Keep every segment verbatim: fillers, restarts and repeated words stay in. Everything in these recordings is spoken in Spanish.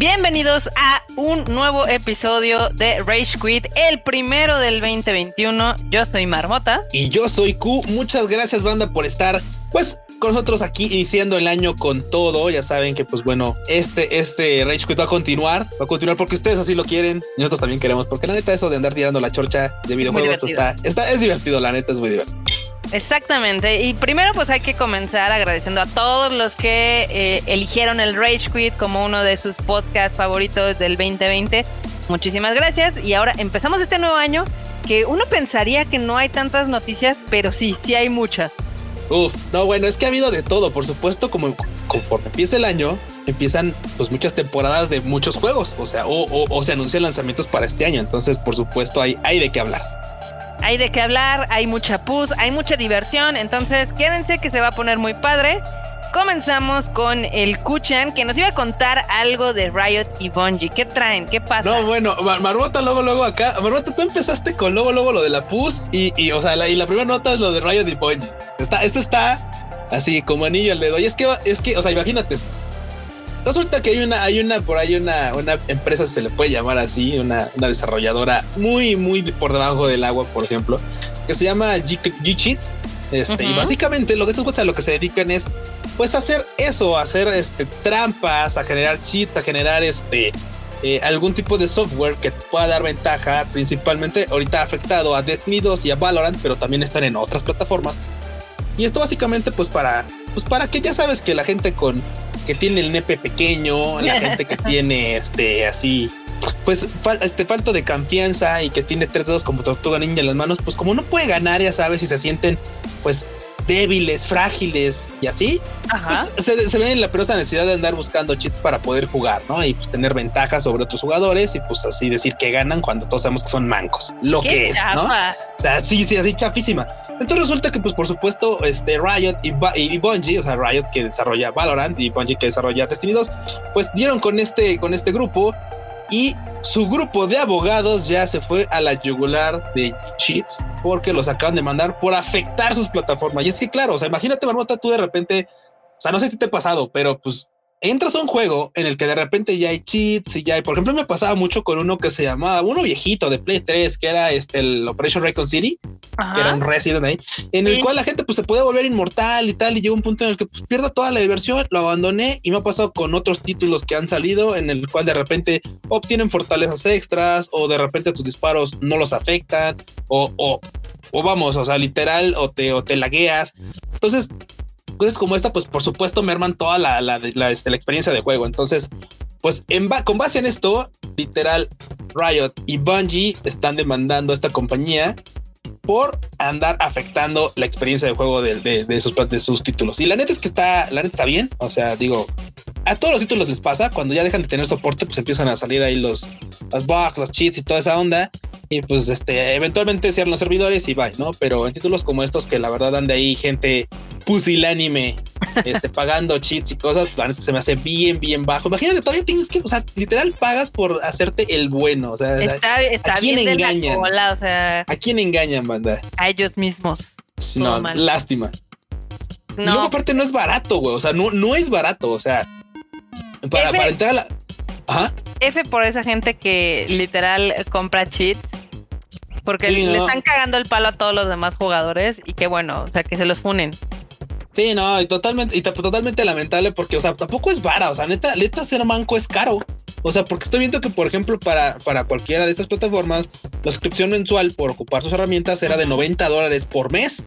Bienvenidos a un nuevo episodio de Rage Quit, el primero del veinte veintiuno. Yo soy Marmota. Y yo soy Q. Muchas gracias, banda, por estar, pues, con nosotros aquí iniciando el año con todo. Ya saben que, pues, bueno, este, este Rage Quit va a continuar. Va a continuar porque ustedes así lo quieren. Y nosotros también queremos, porque la neta eso de andar tirando la chorcha de videojuegos pues, está, está, es divertido, la neta es muy divertido. Exactamente, y primero pues hay que comenzar agradeciendo a todos los que eh, eligieron el Rage Quit como uno de sus podcasts favoritos del veinte veinte. Muchísimas gracias, y ahora empezamos este nuevo año que uno pensaría que no hay tantas noticias, pero sí, sí hay muchas. Uf, no, bueno, es que ha habido de todo, por supuesto, como conforme empieza el año, empiezan pues muchas temporadas de muchos juegos, o sea, o, o, o se anuncian lanzamientos para este año, entonces por supuesto hay, hay de qué hablar. Hay de qué hablar, hay mucha pus, hay mucha diversión, entonces quédense que se va a poner muy padre. Comenzamos con el Kuchan, que nos iba a contar algo de Riot y Bungie. ¿Qué traen? ¿Qué pasa? No, bueno, Mar- Marmota, luego, luego acá. Marmota, tú empezaste con luego, luego lo de la pus y, y o sea, la, y la primera nota es lo de Riot y Bungie. Está, esto está así como anillo al dedo. Y es que, es que, o sea, imagínate. Resulta que hay una, hay una, por ahí una, una empresa, se le puede llamar así, una, una desarrolladora muy, muy por debajo del agua, por ejemplo, que se llama G-Cheats. Este, uh-huh. Y básicamente lo que estos a lo que se dedican es, pues, hacer eso, hacer este trampas, a generar cheats, a generar este eh, algún tipo de software que pueda dar ventaja, principalmente ahorita afectado a Destiny dos y a Valorant, pero también están en otras plataformas. Y esto básicamente, pues, para, pues, para que ya sabes que la gente con que tiene el nepe pequeño, la gente que tiene este así, pues fal, este falto de confianza y que tiene tres dedos como tortuga ninja en las manos, pues como no puede ganar, ya sabes, y se sienten pues débiles, frágiles y así, pues se, se ven en la penosa necesidad de andar buscando cheats para poder jugar, ¿no? Y pues tener ventajas sobre otros jugadores y pues así decir que ganan cuando todos sabemos que son mancos, lo que es, ¿no? O sea, sí, sí, así chafísima. Entonces resulta que, pues, por supuesto, este Riot y, y Bungie, o sea, Riot que desarrolla Valorant y Bungie que desarrolla Destiny dos, pues dieron con este, con este grupo y su grupo de abogados ya se fue a la yugular de Cheats porque los acaban de mandar por afectar sus plataformas. Y es que, claro, o sea, imagínate, Marmota, tú de repente, o sea, no sé si te ha pasado, pero pues entras a un juego en el que de repente ya hay cheats y ya hay, por ejemplo, me pasaba mucho con uno que se llamaba, uno viejito de Play tres, que era este, el Operation Raccoon City, ajá, que era un Resident ahí, en el sí. cual la gente pues se puede volver inmortal y tal, y llegó un punto en el que pues pierdo toda la diversión, lo abandoné, y me ha pasado con otros títulos que han salido en el cual de repente obtienen fortalezas extras, o de repente tus disparos no los afectan, o, o, o vamos, o sea, literal, o te, o te lagueas. Entonces, cosas como esta, pues por supuesto merman toda la, la, la, este, la experiencia de juego. Entonces, pues en ba- con base en esto, literal, Riot y Bungie están demandando a esta compañía por andar afectando la experiencia de juego de, de, de, sus, de sus títulos. Y la neta es que está, la neta está bien. O sea, digo, a todos los títulos les pasa. Cuando ya dejan de tener soporte, pues empiezan a salir ahí los, los bugs, los cheats y toda esa onda. Y pues este, eventualmente cierran los servidores y bye, ¿no? Pero en títulos como estos, que la verdad anda ahí gente pusilánime, este, pagando cheats y cosas, la neta se me hace bien, bien bajo. Imagínate, todavía tienes que, o sea, literal pagas por hacerte el bueno. O sea, está, está ¿a quién bien engañan? De la cola, o sea, ¿a quién engañan, banda? A ellos mismos. No, mal. Lástima. No. Y luego aparte no es barato, güey. O sea, no, no es barato. O sea, para, F, para entrar a la... Ajá. F por esa gente que literal compra cheats. Porque sí, le no. están cagando el palo a todos los demás jugadores. Y que bueno, o sea, que se los funen. Sí, no, y totalmente, y t- totalmente lamentable porque, o sea, tampoco es vara. O sea, neta, neta ser manco es caro. O sea, porque estoy viendo que, por ejemplo, para, para cualquiera de estas plataformas, la suscripción mensual por ocupar sus herramientas era de noventa dólares por mes.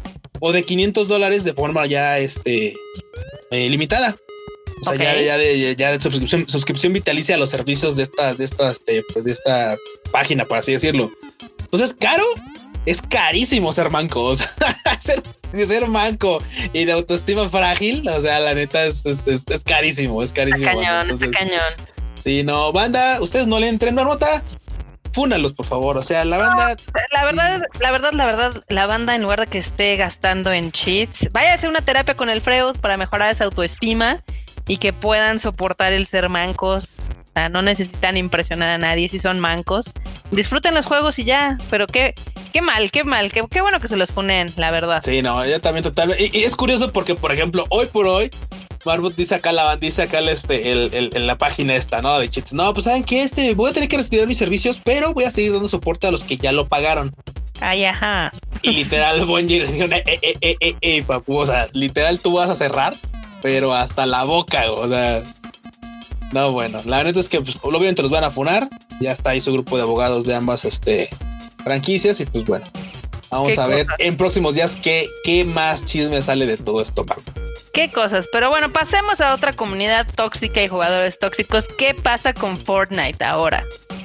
O de quinientos dólares de forma ya este eh, limitada. O sea, okay. ya, ya, de, ya de suscripción, suscripción vitalicia a los servicios de esta, de esta, este, pues de esta página, por así decirlo. Entonces, ¿caro? Es carísimo ser manco. O sea, ser, ser manco y de autoestima frágil, o sea, la neta es, es, es, es carísimo, es carísimo. Está cañón, Entonces, está cañón. Sí, no, banda, ustedes no le entren, no nota. Fúnalos, por favor. O sea, la banda. No, la verdad, sí. la verdad, la verdad, la banda, en lugar de que esté gastando en cheats, vaya a hacer una terapia con el Freud para mejorar esa autoestima y que puedan soportar el ser mancos. O sea, no necesitan impresionar a nadie si son mancos. Disfruten los juegos y ya. Pero qué, qué mal, qué mal, qué, qué bueno que se los funen, la verdad. Sí, no, yo también totalmente. Y, y es curioso porque, por ejemplo, hoy por hoy, Marmot dice acá la dice acá el, este, el, el, el, la página esta, ¿no? De cheats. No, pues saben que este voy a tener que retirar mis servicios, pero voy a seguir dando soporte a los que ya lo pagaron. Ay, ajá. Y literal, Bungie le dice, eh, eh, eh, eh, eh, papu, o sea, literal tú vas a cerrar, pero hasta la boca, o sea. No, bueno, la neta es que pues, obviamente los van a funar. Ya está ahí su grupo de abogados de ambas este, franquicias. Y pues bueno, vamos a ver en próximos días qué, qué más chisme sale de todo esto, Marco. Qué cosas, pero bueno, pasemos a otra comunidad tóxica y jugadores tóxicos. ¿Qué pasa con Fortnite ahora?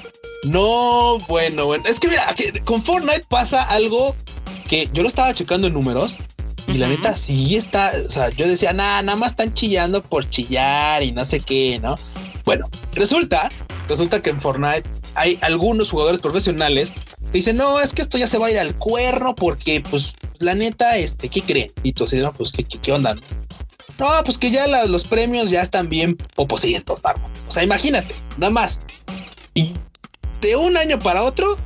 No, bueno, bueno, es que mira, con Fortnite pasa algo que yo lo estaba checando en números y uh-huh. la neta sí está, o sea, yo decía, nada, nada más están chillando por chillar y no sé qué, ¿no? Bueno, resulta, resulta que en Fortnite hay algunos jugadores profesionales que dicen, no, es que esto ya se va a ir al cuerno porque, pues, la neta, este, ¿qué creen? Y tú así, no, pues, ¿qué, qué, qué onda? No, pues que ya la, los premios ya están bien poposientos, Marco. O sea, imagínate, nada más. Y de un año para otro,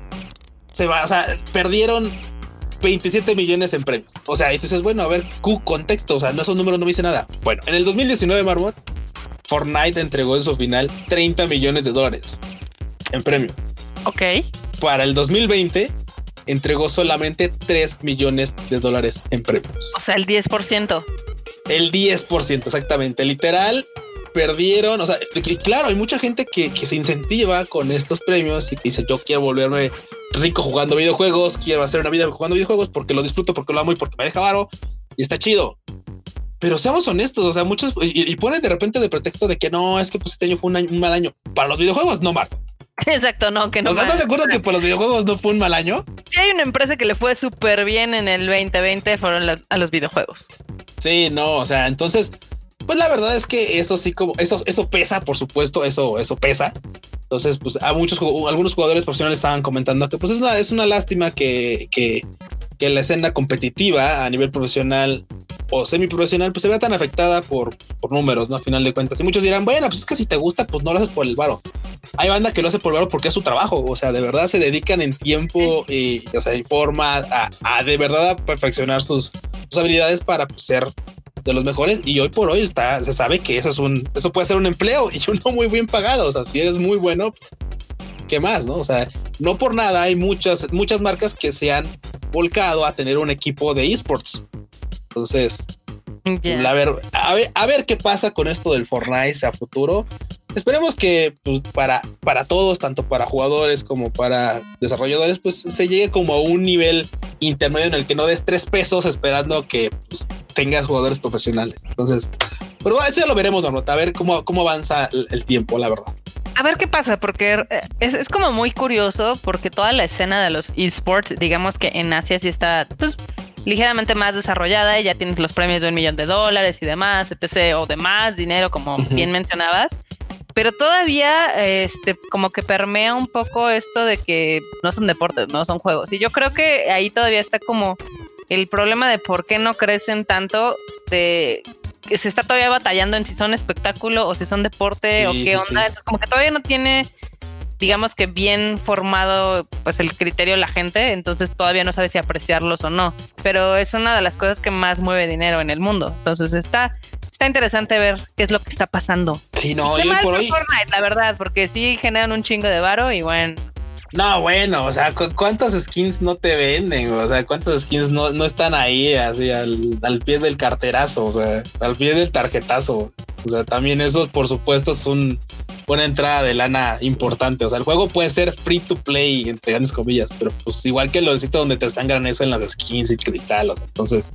se va, o sea, perdieron veintisiete millones en premios. O sea, y tú dices, bueno, a ver, Q, contexto, o sea, no, esos números no me dice nada. Bueno, en el dos mil diecinueve, Marmot, Fortnite entregó en su final treinta millones de dólares en premios. Ok. Para el dos mil veinte, entregó solamente tres millones de dólares en premios. O sea, el diez por ciento. El diez por ciento, exactamente. Literal, perdieron. O sea, y claro, hay mucha gente que, que se incentiva con estos premios y que dice, yo quiero volverme rico jugando videojuegos, quiero hacer una vida jugando videojuegos porque lo disfruto, porque lo amo y porque me deja varo. Y está chido. Pero seamos honestos, o sea, muchos... Y, y ponen de repente de pretexto de que no, es que pues este año fue un, año, un mal año. Para los videojuegos, no, Marco. Exacto, no, que no. ¿Nos estás de acuerdo que para los videojuegos no fue un mal año? Sí, hay una empresa que le fue súper bien en el veinte veinte, fueron la, a los videojuegos. Sí, no, o sea, entonces, pues la verdad es que eso sí, como eso, eso pesa, por supuesto, eso, eso pesa. Entonces, pues a muchos, algunos jugadores profesionales estaban comentando que pues es una, es una lástima que, que, que la escena competitiva a nivel profesional o semiprofesional pues se vea tan afectada por, por números, ¿no? A final de cuentas. Y muchos dirán, bueno, pues es que si te gusta, pues no lo haces por el varo. Hay banda que lo hace por el varo porque es su trabajo. O sea, de verdad se dedican en tiempo y, o sea, en forma a, a de verdad a perfeccionar sus, sus habilidades para pues, ser de los mejores. Y hoy por hoy está, se sabe que eso es un, eso puede ser un empleo y uno muy bien pagado. O sea, si eres muy bueno, ¿qué más, no? O sea, no por nada hay muchas, muchas marcas que se han volcado a tener un equipo de esports. Entonces, yeah. pues, a, ver, a ver, a ver qué pasa con esto del Fortnite a futuro. Esperemos que pues, para, para todos, tanto para jugadores como para desarrolladores, pues se llegue como a un nivel intermedio en el que no des tres pesos esperando que pues, tengas jugadores profesionales. Entonces, pero eso ya lo veremos, Marmota, a ver cómo, cómo avanza el, el tiempo, la verdad. A ver qué pasa, porque es, es como muy curioso, porque toda la escena de los esports, digamos que en Asia sí está, pues, ligeramente más desarrollada y ya tienes los premios de un millón de dólares y demás, etcétera, o de más dinero, como uh-huh. bien mencionabas. Pero todavía, este, como que permea un poco esto de que no son deportes, no son juegos. Y yo creo que ahí todavía está como el problema de por qué no crecen tanto, de que se está todavía batallando en si son espectáculo o si son deporte sí, o qué sí, onda. Sí. Entonces, como que todavía no tiene, digamos que bien formado pues el criterio la gente, entonces todavía no sabe si apreciarlos o no. Pero es una de las cosas que más mueve dinero en el mundo. Entonces está... Está interesante ver qué es lo que está pasando. Sí, no, qué yo mal por hoy... Fortnite, la verdad, porque sí generan un chingo de varo y bueno. No, bueno, o sea, ¿cu- ¿cuántas skins no te venden? O sea, ¿cuántas skins no, no están ahí así al, al pie del carterazo? O sea, al pie del tarjetazo. O sea, también eso, por supuesto, es un, una entrada de lana importante. O sea, el juego puede ser free to play, entre grandes comillas, pero pues igual que los sitios donde te están granando en las skins y tal. O sea, entonces...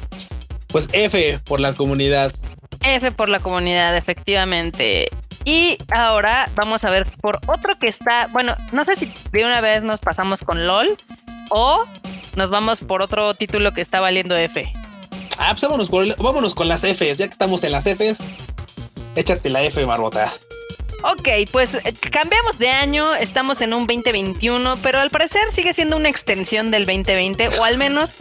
Pues F por la comunidad. F por la comunidad, efectivamente. Y ahora vamos a ver por otro que está... Bueno, no sé si de una vez nos pasamos con LOL o nos vamos por otro título que está valiendo F. Ah, pues vámonos, por el, vámonos con las Fs. Ya que estamos en las Fs, échate la F, Marmota. Ok, pues cambiamos de año, estamos en un veinte veintiuno, pero al parecer sigue siendo una extensión del veinte veinte, o al menos,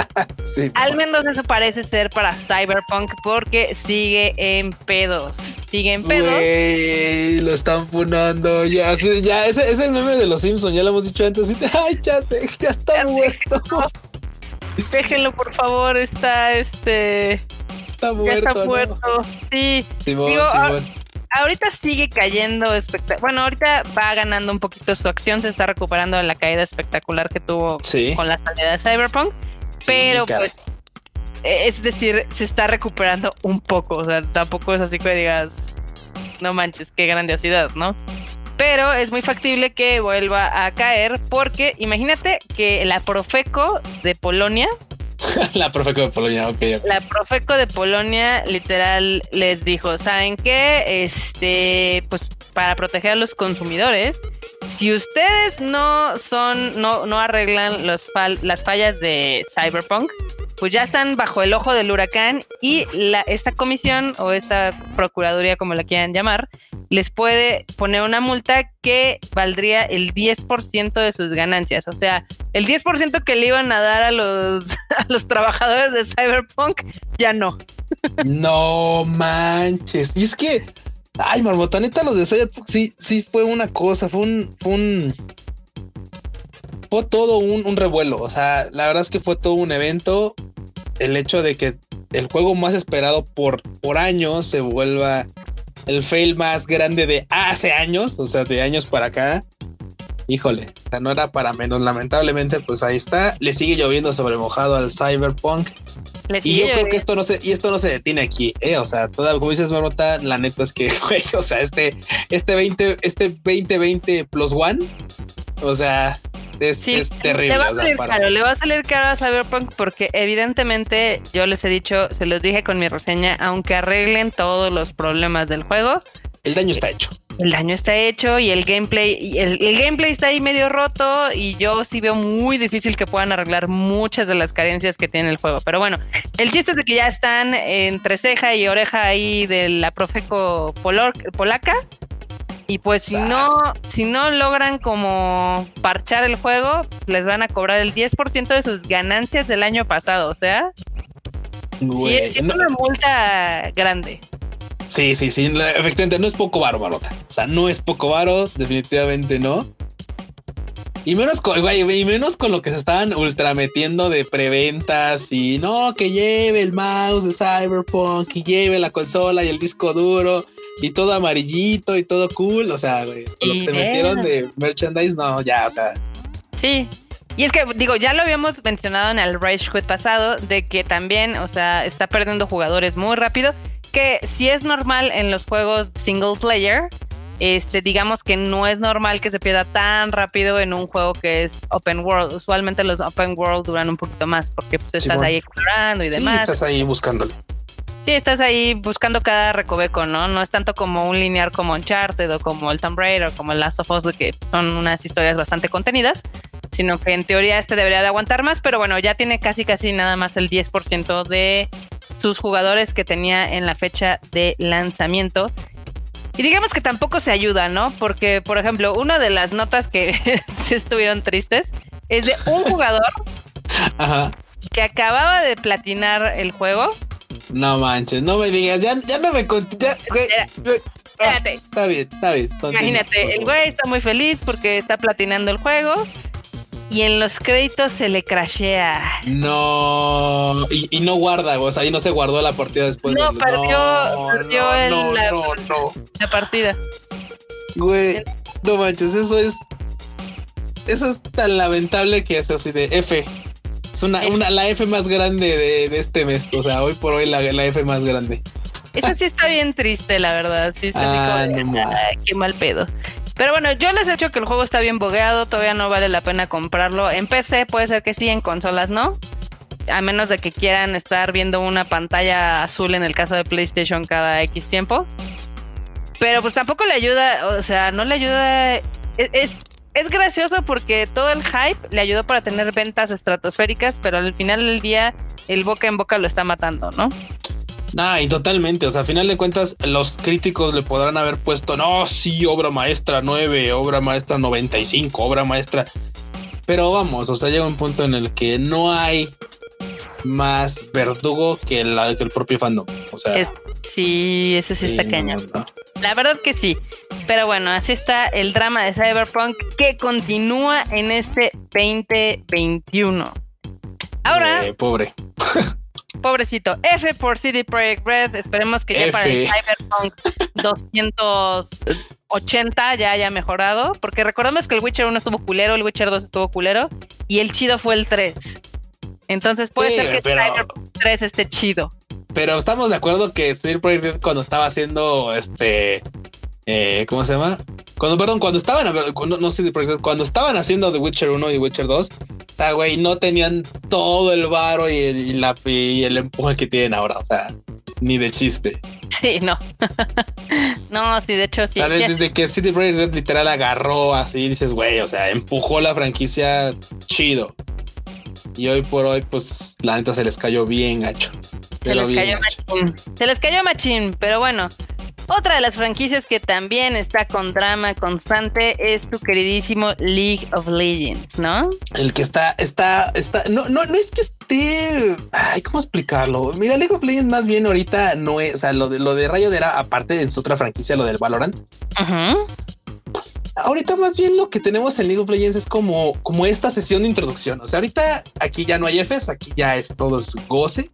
sí, al menos eso parece ser para Cyberpunk, porque sigue en pedos, sigue en pedos. Güey, lo están funando, ya, ya, ese es el meme de los Simpsons, ya lo hemos dicho antes, ay, chate, ya está ya muerto. Déjenlo, por favor, está este... está muerto. Ya está muerto, ¿no? sí. Simón, Digo, Simón. a- ahorita sigue cayendo espectacular. Bueno, ahorita va ganando un poquito su acción, se está recuperando de la caída espectacular que tuvo Sí. con la salida de Cyberpunk. Sí, Pero caray. pues, es decir, se está recuperando un poco. O sea, tampoco es así que digas, no manches, qué grandiosidad, ¿no? Pero es muy factible que vuelva a caer porque imagínate que la Profeco de Polonia, La Profeco de Polonia, ok. ok. la Profeco de Polonia literal les dijo, ¿saben qué? Este, pues para proteger a los consumidores, si ustedes no son, no, no arreglan los fal- las fallas de Cyberpunk, pues ya están bajo el ojo del huracán y la, esta comisión o esta procuraduría, como la quieran llamar, les puede poner una multa que valdría el diez por ciento de sus ganancias. O sea, el diez por ciento que le iban a dar a los, a los trabajadores de Cyberpunk, ya no. No manches. Y es que, ay, Marmota, neta, los de Cyberpunk sí, sí fue una cosa, fue un, fue un, fue todo un, un revuelo. O sea, la verdad es que fue todo un evento. El hecho de que el juego más esperado por, por años se vuelva el fail más grande de hace años, o sea, de años para acá. Híjole, o sea, no era para menos. Lamentablemente, pues ahí está. Le sigue lloviendo sobre mojado al Cyberpunk. Le Y sigue yo creo lloviendo. que esto no se, y esto no se detiene aquí, eh. O sea, toda, como dices, Marmota, la neta es que, güey, o sea, este, este veinte, este veinte veinte plus one, o sea, es, Sí, es terrible. le va a O sea, salir para- caro, le va a salir caro a Cyberpunk porque evidentemente yo les he dicho, se los dije con mi reseña, aunque arreglen todos los problemas del juego, el daño está hecho. el daño está hecho y el gameplay, y el, el gameplay está ahí medio roto y yo sí veo muy difícil que puedan arreglar muchas de las carencias que tiene el juego. Pero bueno, el chiste es de que ya están entre ceja y oreja ahí de la Profeco polor- polaca. Y pues si Sas. no, si no logran como parchar el juego, les van a cobrar el diez por ciento de sus ganancias del año pasado. O sea, sí, Güey, sí es no- una multa grande. sí, sí, sí, la- efectivamente, no es poco varo, Marmota. O sea, no es poco varo, definitivamente no. Y menos con, güey, y menos con lo que se estaban ultra metiendo de preventas y no, que lleve el mouse de Cyberpunk y lleve la consola y el disco duro y todo amarillito y todo cool. O sea, güey, con lo que se Y metieron era. de merchandise, no, ya, o sea, Sí. Y es que, digo, ya lo habíamos mencionado en el Rage Quit pasado, de que también, o sea, está perdiendo jugadores muy rápido, que si es normal en los juegos single player, este, digamos que no es normal que se pierda tan rápido en un juego que es open world. Usualmente los open world duran un poquito más porque pues, estás Simón. ahí explorando y sí, demás. estás ahí buscándole. Sí, estás ahí buscando cada recoveco, ¿no? No es tanto como un lineal como Uncharted o como el Tomb Raider o como el Last of Us, de que son unas historias bastante contenidas, sino que en teoría este debería de aguantar más, pero bueno, ya tiene casi casi nada más el diez por ciento de sus jugadores que tenía en la fecha de lanzamiento. Y digamos que tampoco se ayuda, ¿no? Porque, por ejemplo, una de las notas que sí estuvieron tristes es de un jugador Ajá. que acababa de platinar el juego. No manches, no me digas, ya, ya no me conté, ya, güey, Espera, güey, ah, espérate. está bien, está bien. continúa, por Imagínate, el favor. güey está muy feliz porque está platinando el juego y en los créditos se le crashea. No, y, y no guarda, o sea, y no se guardó la partida después. No, del- perdió- perdió no, el- no, la- no, no, La partida. güey, no manches, eso es, eso es tan lamentable que es así de F. Es una, una, la F más grande de, de este mes, o sea, hoy por hoy la, la F más grande. Eso sí está bien triste, la verdad. Sí está Ah, así como de, no mames. "Ay, qué mal pedo". Pero bueno, yo les he dicho que el juego está bien bogueado, todavía no vale la pena comprarlo. En P C puede ser que sí, en consolas no. A menos de que quieran estar viendo una pantalla azul en el caso de PlayStation cada X tiempo. Pero pues tampoco le ayuda, o sea, no le ayuda. Es, es, es gracioso porque todo el hype le ayudó para tener ventas estratosféricas, pero al final del día el boca en boca lo está matando, ¿no? Nah, y totalmente, o sea, a final de cuentas, los críticos le podrán haber puesto, no, sí, obra maestra nueve, obra maestra noventa y cinco, obra maestra. Pero vamos, o sea, llega un punto en el que no hay más verdugo que, la, que el propio fandom. O sea, Es, sí, eso sí está no, cañón. no. La verdad que sí. Pero bueno, así está el drama de Cyberpunk que continúa en este veinte veintiuno. Ahora, Eh, pobre. pobrecito. F por C D Projekt Red. Esperemos que ya F. para el Cyberpunk doscientos ochenta ya haya mejorado. Porque recordemos que el Witcher uno estuvo culero, el Witcher dos estuvo culero y el chido fue el tres. Entonces puede sí, ser que pero... Cyberpunk tres esté chido. Pero estamos de acuerdo que C D Projekt Red cuando estaba haciendo este... Eh, ¿Cómo se llama? Cuando, perdón, cuando estaban, no, no sé, cuando estaban haciendo The Witcher uno y Witcher dos, o sea, güey, no tenían todo el varo y el, y, la, y el empuje que tienen ahora, o sea, ni de chiste. Sí, no. No, sí, de hecho sí. O sea, sí desde sí. que C D Projekt Red literal agarró así, dices, güey, o sea, empujó la franquicia chido. Y hoy por hoy, pues, la neta se les cayó bien gacho. Se les cayó machín. Se les cayó machín, pero bueno. Otra de las franquicias que también está con drama constante es tu queridísimo League of Legends, ¿no? El que está, está, está, no, no, no es que esté, ay, ¿cómo explicarlo? Mira, League of Legends más bien ahorita no es, o sea, lo de, lo de Riot era aparte en su otra franquicia, lo del Valorant. Ajá. Uh-huh. Ahorita más bien lo que tenemos en League of Legends es como, como esta sesión de introducción. O sea, ahorita aquí ya no hay Fs, aquí ya es todo es goce.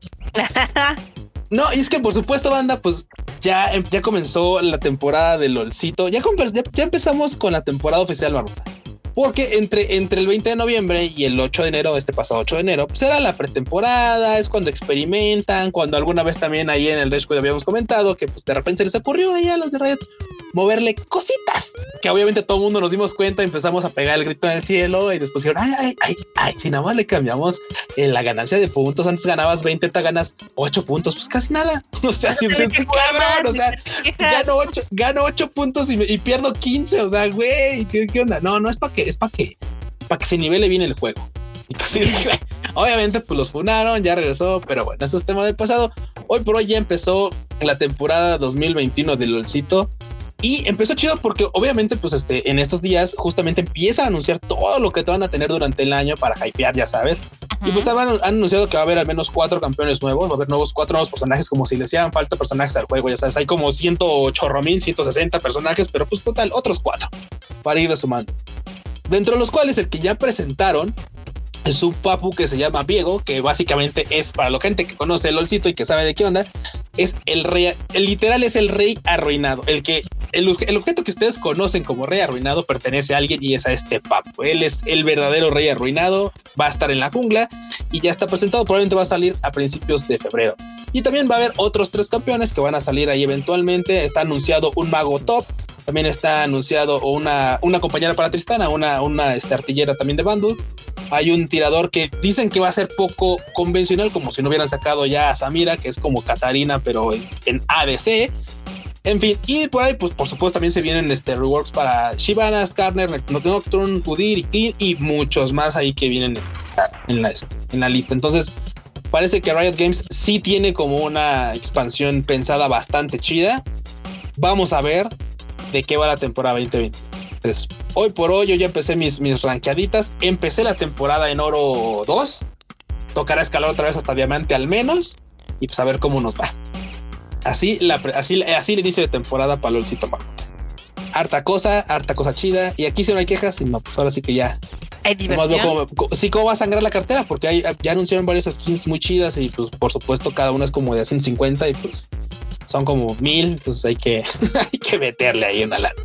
No, y es que por supuesto, banda, pues ya, ya comenzó la temporada de LOLcito. Ya, ya, ya empezamos con la temporada oficial, Marmota. Porque entre, entre el veinte de noviembre y el ocho de enero, este pasado ocho de enero, pues era la pretemporada, es cuando experimentan, cuando alguna vez también ahí en el Rage Quit habíamos comentado que pues de repente se les ocurrió ahí a los de Riot moverle cositas, que obviamente todo el mundo nos dimos cuenta, empezamos a pegar el grito en el cielo y después dijeron, ay, ay, ay, ay, si nada más le cambiamos eh, la ganancia de puntos, antes ganabas veinte, te ganas ocho puntos, pues casi nada, o sea, si cabrón, o sea, gano ocho, gano ocho puntos y, me, y pierdo quince, o sea, güey, ¿qué, qué onda? No, no es para que, es para que, para que se nivele bien el juego. Entonces, obviamente, pues los funaron, ya regresó, pero bueno, eso es tema del pasado. Hoy por hoy ya empezó la temporada dos mil veintiuno del LOLcito. Y empezó chido porque obviamente pues este en estos días justamente empiezan a anunciar todo lo que te van a tener durante el año para hypear, ya sabes. Uh-huh. Y pues han, han anunciado que va a haber al menos cuatro campeones nuevos, va a haber nuevos cuatro nuevos personajes, como si les hicieran falta personajes al juego, ya sabes, hay como ciento ocho mil ciento sesenta personajes, pero pues total otros cuatro para ir sumando. Dentro de los cuales el que ya presentaron es un papu que se llama Viego, que básicamente es para la gente que conoce el LOLcito y que sabe de qué onda, es el rey, el literal es el rey arruinado, el que el, el objeto que ustedes conocen como rey arruinado pertenece a alguien y es a este papu. Él es el verdadero rey arruinado, va a estar en la jungla y ya está presentado, probablemente va a salir a principios de febrero. Y también va a haber otros tres campeones que van a salir ahí eventualmente. Está anunciado un mago top, también está anunciado una, una compañera para Tristana, una, una este, artillera también de Bundle. Hay un tirador que dicen que va a ser poco convencional, como si no hubieran sacado ya a Samira, que es como Katarina, pero en, en A D C. En fin, y por ahí, pues por supuesto, también se vienen este reworks para Shyvana, Skarner, Nocturne, Udyr y Clean, y muchos más ahí que vienen en, en, la, en la lista. Entonces, parece que Riot Games sí tiene como una expansión pensada bastante chida. Vamos a ver de qué va la temporada veinte veinte. Entonces, hoy por hoy yo ya empecé mis, mis rankeaditas. Empecé la temporada en oro dos. Tocará escalar otra vez hasta diamante al menos. Y pues a ver cómo nos va. Así, la, así, así el inicio de temporada para LOLcito Marmota. Harta cosa, harta cosa chida. Y aquí sí no hay quejas. Y no, pues ahora sí que ya. Hay diversión. Cómo, cómo, sí, cómo va a sangrar la cartera. Porque hay, ya anunciaron varios skins muy chidas. Y pues por supuesto cada una es como de ciento cincuenta. Y pues son como mil. Entonces hay que, hay que meterle ahí una lana.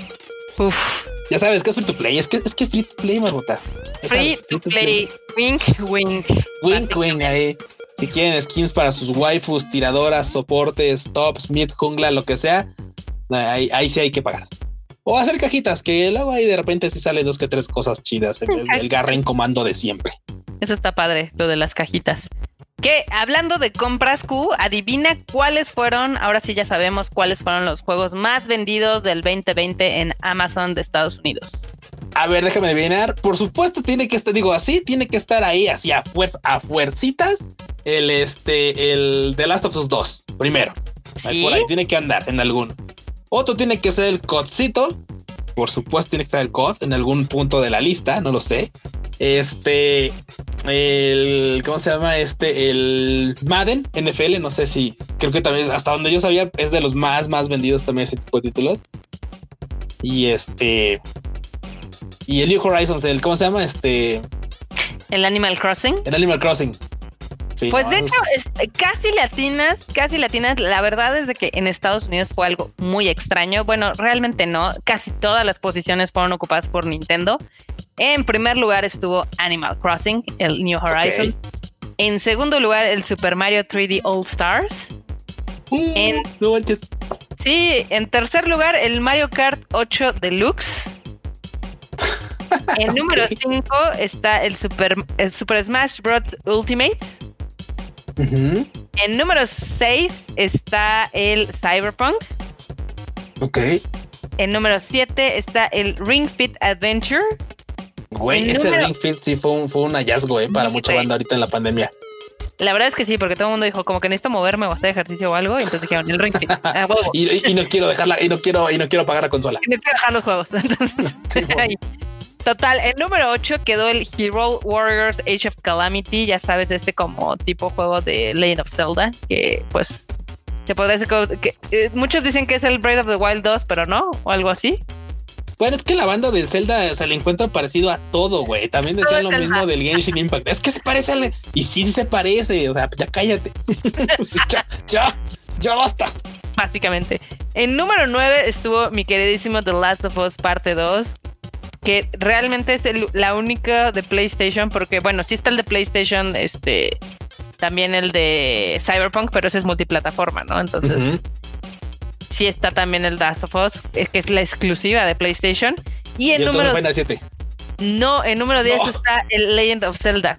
Uf. Ya sabes que es free to play, es que es que free to play, Marmota. Free, free to play. play, wink, wink. Wink, wink, ahí. Si quieren skins para sus waifus, tiradoras, soportes, tops, mid, jungla, lo que sea, ahí, ahí sí hay que pagar. O hacer cajitas, que luego ahí de repente sí salen dos que tres cosas chidas en vez del Garren comando de siempre. Eso está padre, lo de las cajitas. Que hablando de compras, Q, adivina cuáles fueron, ahora sí ya sabemos cuáles fueron los juegos más vendidos del veinte veinte en Amazon de Estados Unidos. A ver, déjame adivinar. Por supuesto, tiene que estar, digo así, tiene que estar ahí, así a fuerza, a fuercitas, el este, el The Last of Us dos, primero. ¿Sí? Por ahí tiene que andar en alguno. Otro tiene que ser el C O Dcito. Por supuesto, tiene que estar el C O D en algún punto de la lista, no lo sé. Este, el, ¿cómo se llama? Este, el Madden N F L, no sé si, creo que también, hasta donde yo sabía, es de los más, más vendidos también ese tipo de títulos. Y este, y el New Horizons, el, ¿cómo se llama? Este, el Animal Crossing. El Animal Crossing. Sí, pues no, de es... hecho, es, casi latinas, casi latinas. La verdad es de que en Estados Unidos fue algo muy extraño. Bueno, realmente no. Casi todas las posiciones fueron ocupadas por Nintendo. En primer lugar estuvo Animal Crossing, el New Horizons. Okay. En segundo lugar, el Super Mario tres D All Stars. Uh, en, no manches. Sí, en tercer lugar, el Mario Kart ocho Deluxe. En número cinco okay. está el Super, el Super Smash Bros. Ultimate. Uh-huh. En número seis está el Cyberpunk. Ok. En número siete está el Ring Fit Adventure. Güey, en ese número... Ring Fit sí fue un, fue un hallazgo eh, para sí, mucha banda ahorita en la pandemia. La verdad es que sí, porque todo el mundo dijo como que necesito moverme o hacer ejercicio o algo, y entonces dijeron el Ring Fit. Ah, y, y, y no quiero dejarla, y no quiero, y no quiero pagar la consola. Y no quiero dejar los juegos. Entonces, sí, bueno. Total, el número ocho quedó el Hero Warriors Age of Calamity, ya sabes, este como tipo juego de Legend of Zelda, que pues se podría decir que, que eh, muchos dicen que es el Breath of the Wild dos, pero no, o algo así. Bueno, es que la banda del Zelda se le encuentra parecido a todo, güey. También decían lo mismo Zelda. Del Genshin Impact. Es que se parece al... Y sí se parece, o sea, ya cállate. ya, ya, ya basta. Básicamente. En número nueve estuvo mi queridísimo The Last of Us Parte dos, que realmente es el, la única de PlayStation, porque bueno, sí está el de PlayStation, este, también el de Cyberpunk, pero ese es multiplataforma, ¿no? Entonces, uh-huh. sí está también el Last of Us, es que es la exclusiva de PlayStation. Y en ¿Y número Final siete? No, en número diez no. está el Legend of Zelda.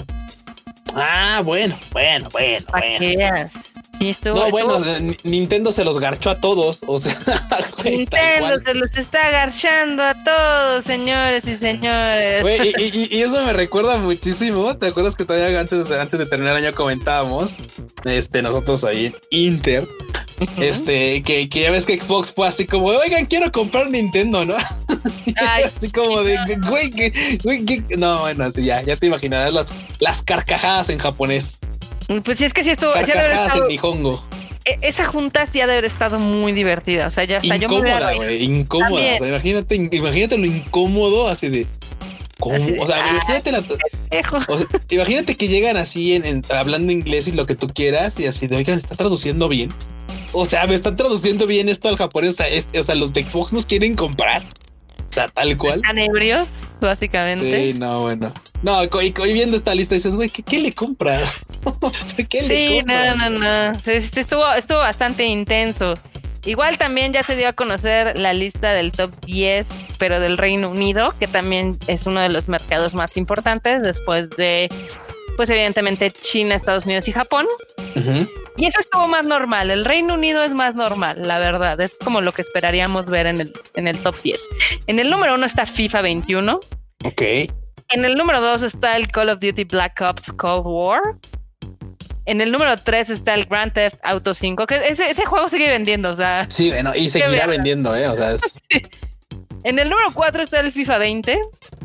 Ah, bueno, bueno, bueno, bueno. Sí, estuvo, no, estuvo... bueno, o sea, Nintendo se los garchó a todos, o sea, güey, Nintendo se los está garchando a todos, señores y señores. Güey, y, y, y eso me recuerda muchísimo. ¿Te acuerdas que todavía antes, antes de terminar el año comentábamos, este, nosotros ahí en Inter, uh-huh. este, que, que ya ves que Xbox fue así como, oigan, quiero comprar Nintendo, ¿no? Ay, así como de, güey, que, güey, que, no, bueno, así ya, ya te imaginarás las, las carcajadas en japonés. Pues sí, es que sí estuvo. Carcajadas sí en Nihongo. Esa junta sí ha de haber estado muy divertida. O sea, ya hasta incómoda, yo me güey, incómoda. O sea, imagínate, imagínate lo incómodo así de. ¿Cómo? Así, o sea, ah, imagínate la. O sea, imagínate que llegan así en, en, hablando inglés y lo que tú quieras, y así de, oigan, ¿está traduciendo bien? O sea, me están traduciendo bien esto al japonés. O sea, es, o sea, los de Xbox nos quieren comprar. O sea, tal cual. Están ebrios, básicamente. Sí, no, bueno. No, y, y viendo esta lista dices, güey, ¿qué, ¿qué le compras? O sea, ¿qué sí, le compras? Sí, no, no, no. Sí, estuvo, estuvo bastante intenso. Igual también ya se dio a conocer la lista del top diez, pero del Reino Unido, que también es uno de los mercados más importantes después de, pues evidentemente, China, Estados Unidos y Japón. Uh-huh. Y eso estuvo más normal. El Reino Unido es más normal, la verdad. Es como lo que esperaríamos ver en el, en el top diez. En el número uno está FIFA veintiuno. Ok. En el número dos está el Call of Duty Black Ops Cold War. En el número tres está el Grand Theft Auto cinco, que ese, ese juego sigue vendiendo, o sea... Sí, bueno, y seguirá vendiendo, ¿eh? O sea, es... sí. En el número cuatro está el FIFA veinte.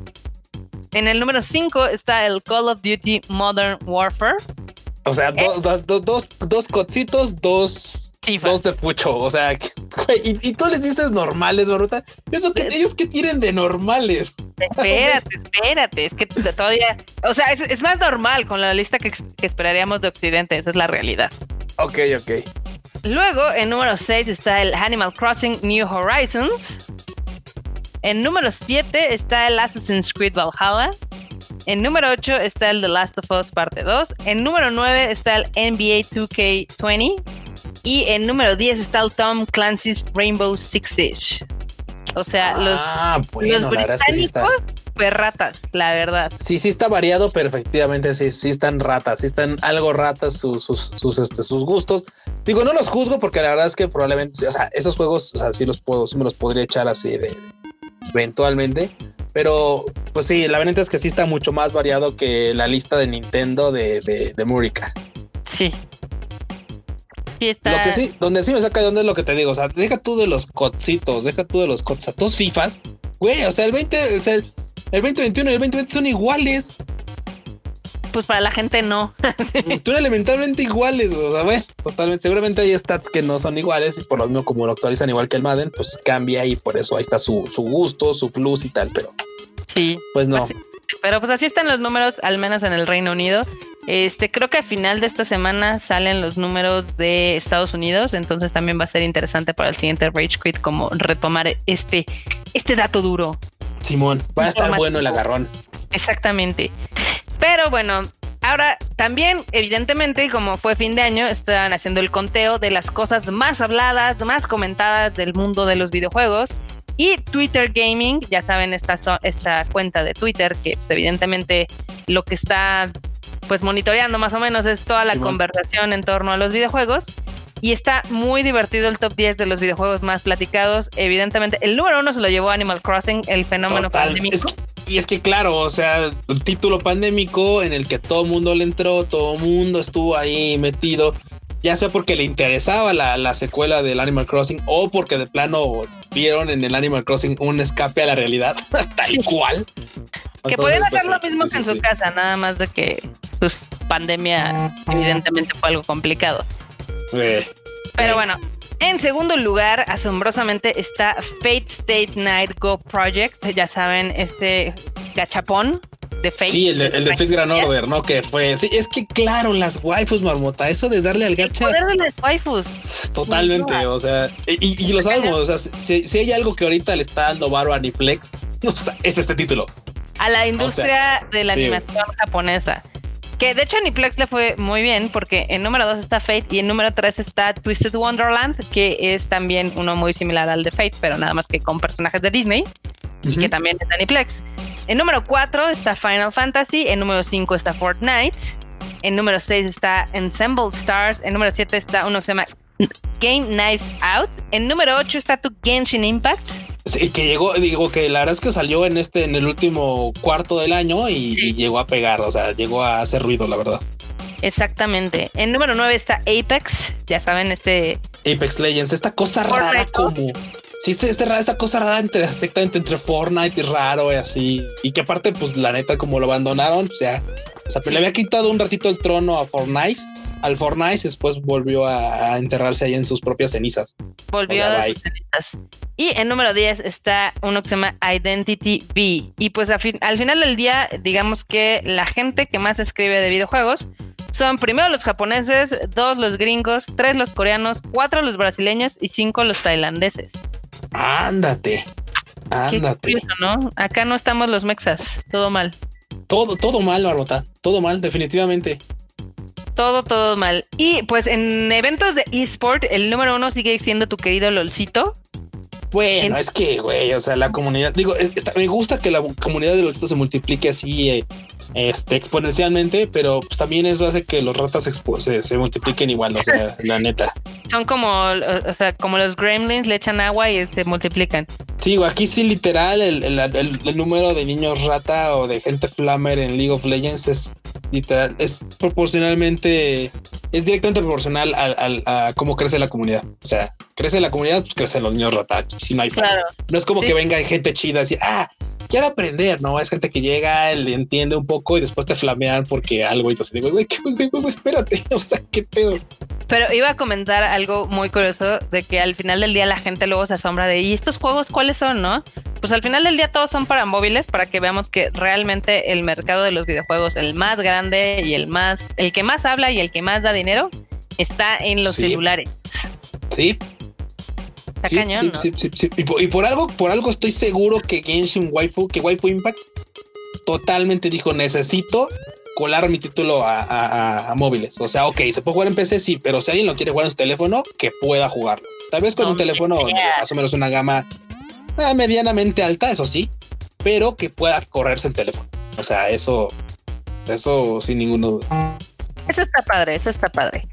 En el número cinco está el Call of Duty Modern Warfare. O sea, eh. dos, dos, dos, dos, dos cocitos, dos... FIFA. Dos de fucho, o sea, güey, y, y tú les dices normales, Baruta. Eso que ellos que tienen de normales. Espérate, espérate, es que todavía, o sea, es, es más normal con la lista que, que esperaríamos de Occidente, esa es la realidad. Ok, ok. Luego, en número seis está el Animal Crossing New Horizons. En número siete está el Assassin's Creed Valhalla. En número ocho está el The Last of Us Parte dos. En número nueve está el N B A dos K veinte. Y en número diez está el Tom Clancy's Rainbow Six Siege. O sea, los, ah, bueno, los británicos, es que sí pues ratas, la verdad. Sí, sí está variado, pero efectivamente sí, sí están ratas, sí están algo ratas sus, sus, sus, este, sus gustos. Digo, no los juzgo porque la verdad es que probablemente, o sea, esos juegos, o sea, sí los puedo, sí me los podría echar así de eventualmente. Pero, pues sí, la verdad es que sí está mucho más variado que la lista de Nintendo de, de, de Murica. Sí. Está... Lo que sí, donde sí me saca de dónde es lo que te digo, o sea, deja tú de los codcitos, deja tú de los cods, o sea, todos FIFAs, güey, o sea, el veinte, o sea, el veinte veintiuno y el veinte veinte son iguales. Pues para la gente no. Son elementalmente iguales, güey, o sea, bueno, totalmente, seguramente hay stats que no son iguales y por lo mismo como lo actualizan igual que el Madden, pues cambia y por eso ahí está su, su gusto, su plus y tal, pero sí, pues no. Pues sí. Pero pues así están los números, al menos en el Reino Unido. Este, creo que a final de esta semana salen los números de Estados Unidos, entonces también va a ser interesante para el siguiente Rage Quit como retomar este, este dato duro. Simón, va a estar bueno el agarrón. Exactamente. Pero bueno, ahora también, evidentemente, como fue fin de año, están haciendo el conteo de las cosas más habladas, más comentadas del mundo de los videojuegos. Y Twitter Gaming, ya saben, esta, so- esta cuenta de Twitter, que pues, evidentemente lo que está pues monitoreando más o menos es toda la sí, conversación bueno. en torno a los videojuegos. Y está muy divertido el top diez de los videojuegos más platicados. Evidentemente, el número uno se lo llevó Animal Crossing, el fenómeno Total. pandémico. Es que, y es que claro, o sea, el título pandémico en el que todo el mundo le entró, todo el mundo estuvo ahí metido, ya sea porque le interesaba la, la secuela del Animal Crossing o porque de plano vieron en el Animal Crossing un escape a la realidad, tal sí. cual. Que podían hacer pues, lo mismo sí, que en sí, su sí. casa, nada más de que pues pandemia evidentemente fue algo complicado. Eh, Pero eh. bueno, en segundo lugar, asombrosamente, está Fate Stay Night Go Project. Ya saben, este gachapón de Fate. Sí, el de, el de Fate Grand Order, ¿no? Que fue... Sí, es que claro, las waifus, Marmota, eso de darle al gacha... El poder de las waifus. Totalmente, o sea... Y, y lo sabemos, o sea, si, si hay algo que ahorita le está dando varo a Aniplex, o sea, es este título. A la industria o sea, de la sí. animación japonesa. Que de hecho a Aniplex le fue muy bien porque en número dos está Fate y en número tres está Twisted Wonderland, que es también uno muy similar al de Fate, pero nada más que con personajes de Disney uh-huh. y que también es de Aniplex. En número cuatro está Final Fantasy, en número cinco está Fortnite, en número seis está Ensemble Stars, en número siete está uno que se llama Game Knives Out, en número ocho está tu Genshin Impact. Sí, que llegó, digo que la verdad es que salió en este, en el último cuarto del año y, sí. y llegó a pegar, o sea, llegó a hacer ruido, la verdad. Exactamente. En número nueve está Apex, ya saben, este... Apex Legends, esta cosa Fortnite, rara como... Sí, este, este, esta cosa rara entre, exactamente entre Fortnite y raro y así. Y que aparte, pues la neta, como lo abandonaron, o sea, o sea sí. le había quitado un ratito el trono a Fortnite, al Fortnite, y después volvió a, a enterrarse ahí en sus propias cenizas. Volvió o sea, a sus cenizas. Y en número diez está uno que se llama Identity V. Y pues a fin, al final del día, digamos que la gente que más escribe de videojuegos son primero los japoneses, dos los gringos, tres los coreanos, cuatro los brasileños y cinco los tailandeses. Ándate, ándate. Qué curioso, ¿no? Acá no estamos los mexas, todo mal. Todo, todo mal, Barbota, todo mal, definitivamente. Todo, todo mal. Y pues en eventos de eSport, el número uno sigue siendo tu querido LOLcito. Bueno, en... es que, güey, o sea, la comunidad, digo, está, me gusta que la comunidad de LOLcito se multiplique así eh, este, exponencialmente, pero pues también eso hace que los ratas expo- se, se multipliquen igual, o sea, la neta. Son como, o sea, como los gremlins, le echan agua y se multiplican. Sí, güey, aquí sí literal el, el, el, el número de niños rata o de gente flamer en League of Legends es literal, es proporcionalmente, es directamente proporcional a, a, a cómo crece la comunidad. O sea, crece la comunidad, pues crecen los niños rata, si no hay flamer. Claro. No es como sí. que venga gente chida así, ah, quiero aprender, ¿no? Es gente que llega, le entiende un poco y después te flamean porque algo y entonces digo, güey, güey, güey, espérate, o sea, qué pedo. Pero iba a comentar algo muy curioso de que al final del día la gente luego se asombra de ¿y estos juegos cuáles son, no? Pues al final del día todos son para móviles, para que veamos que realmente el mercado de los videojuegos, el más grande y el más, el que más habla y el que más da dinero, está en los sí. celulares. Sí. Está sí, cañón, sí, ¿no? sí, sí, sí. Y, por, y por algo, por algo estoy seguro que Genshin Waifu, que Waifu Impact totalmente dijo, necesito colar mi título a, a, a móviles. O sea, ok, se puede jugar en P C, sí, pero si alguien lo quiere jugar en su teléfono, que pueda jugarlo. Tal vez con no un teléfono de más o menos una gama eh, medianamente alta, eso sí, pero que pueda correrse en teléfono. O sea, eso, eso sin ninguna duda. Eso está padre, eso está padre.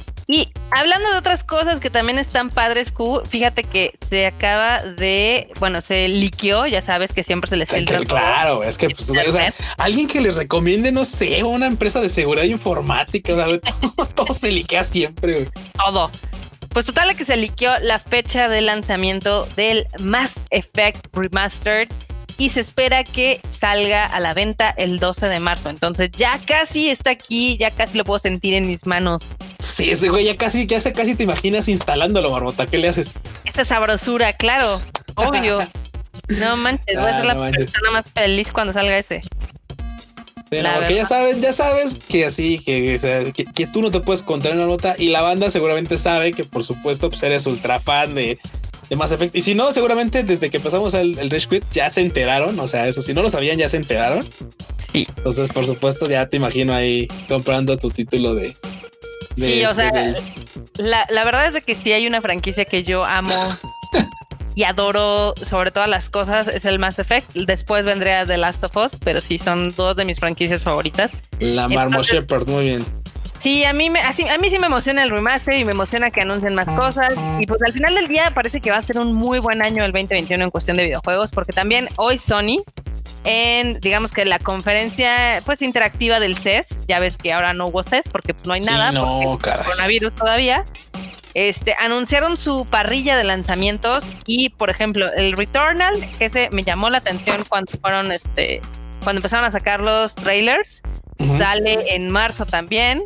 Y hablando de otras cosas que también están padres, Q, fíjate que se acaba de, bueno, se liqueó, ya sabes que siempre se les filtra. Claro, es que pues, o sea, alguien que les recomiende, no sé, una empresa de seguridad informática, o sea, todo, todo se liquea siempre. Güey. Todo. Pues total que se liqueó la fecha de lanzamiento del Mass Effect Remastered y se espera que salga a la venta el doce de marzo. Entonces ya casi está aquí, ya casi lo puedo sentir en mis manos. Sí, ese güey ya casi, ya se casi te imaginas instalándolo, Barbota. ¿Qué le haces? Esa sabrosura, claro, obvio. No manches, ah, voy a ser la no persona más feliz cuando salga ese. Sí, no, porque ya sabes, ya sabes que así, que, o sea, que, que tú no te puedes contar una nota y la banda seguramente sabe que por supuesto pues eres ultra fan de, de Mass Effect. Y si no, seguramente desde que empezamos el, el Rage Quit ya se enteraron, o sea, eso, si no lo sabían ya se enteraron. Sí. Entonces, por supuesto, ya te imagino ahí comprando tu título de... de sí, o este, sea, del... la, la verdad es de que sí hay una franquicia que yo amo y adoro sobre todas las cosas, es el Mass Effect. Después vendría The Last of Us, pero sí son dos de mis franquicias favoritas. La Marmot Shepard, muy bien. Sí, a mí, me, así, a mí sí me emociona el remaster y me emociona que anuncien más cosas. Y pues al final del día parece que va a ser un muy buen año el veinte veintiuno en cuestión de videojuegos, porque también hoy Sony, en digamos que la conferencia pues interactiva del C E S, ya ves que ahora no hubo C E S porque pues, no hay Sí, nada, no, porque caray. coronavirus todavía. Este, anunciaron su parrilla de lanzamientos y, por ejemplo, el Returnal, que ese me llamó la atención cuando fueron, este, cuando empezaron a sacar los trailers, uh-huh. Sale en marzo también.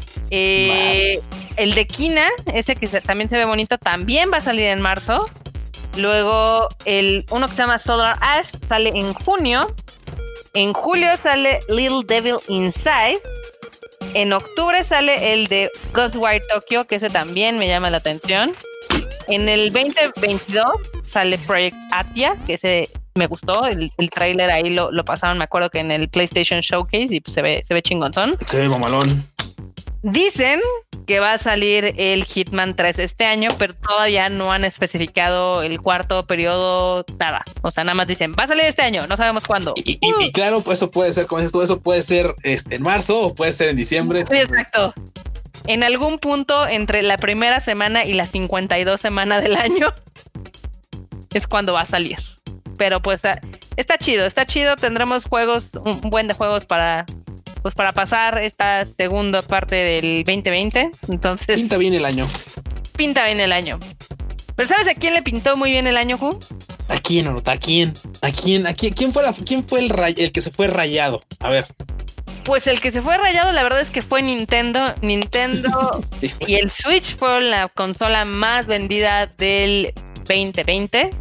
Eh, el de Kina, ese que se, también se ve bonito, también va a salir en marzo. Luego, el uno que se llama Solar Ash sale en junio. En julio sale Little Devil Inside. En octubre sale el de Ghostwire Tokyo, que ese también me llama la atención. En el veinte veintidós sale Project Atia, que ese me gustó. El, el tráiler ahí lo, lo pasaron, me acuerdo que en el PlayStation Showcase, y pues se ve, se ve chingonzón. Se ve mamalón. Dicen que va a salir el Hitman tres este año, pero todavía no han especificado el cuarto periodo, nada. O sea, nada más dicen, va a salir este año, no sabemos cuándo. Y, y, uh. y claro, pues eso puede ser, como dices tú, eso puede ser este, en marzo o puede ser en diciembre. Sí, exacto. En algún punto entre la primera semana y la cincuenta y dos semana del año es cuando va a salir. Pero pues está chido, está chido. Tendremos juegos, un buen de juegos para... pues para pasar esta segunda parte del veinte veinte. Entonces pinta bien el año. Pinta bien el año. Pero ¿sabes a quién le pintó muy bien el año, Ju? ¿A quién, Orota? ¿A quién? ¿A quién? ¿A quién? ¿Quién fue, la, quién fue el, ray, el que se fue rayado? A ver. Pues el que se fue rayado, la verdad es que fue Nintendo. Nintendo sí, y el Switch fueron la consola más vendida del veinte veinte.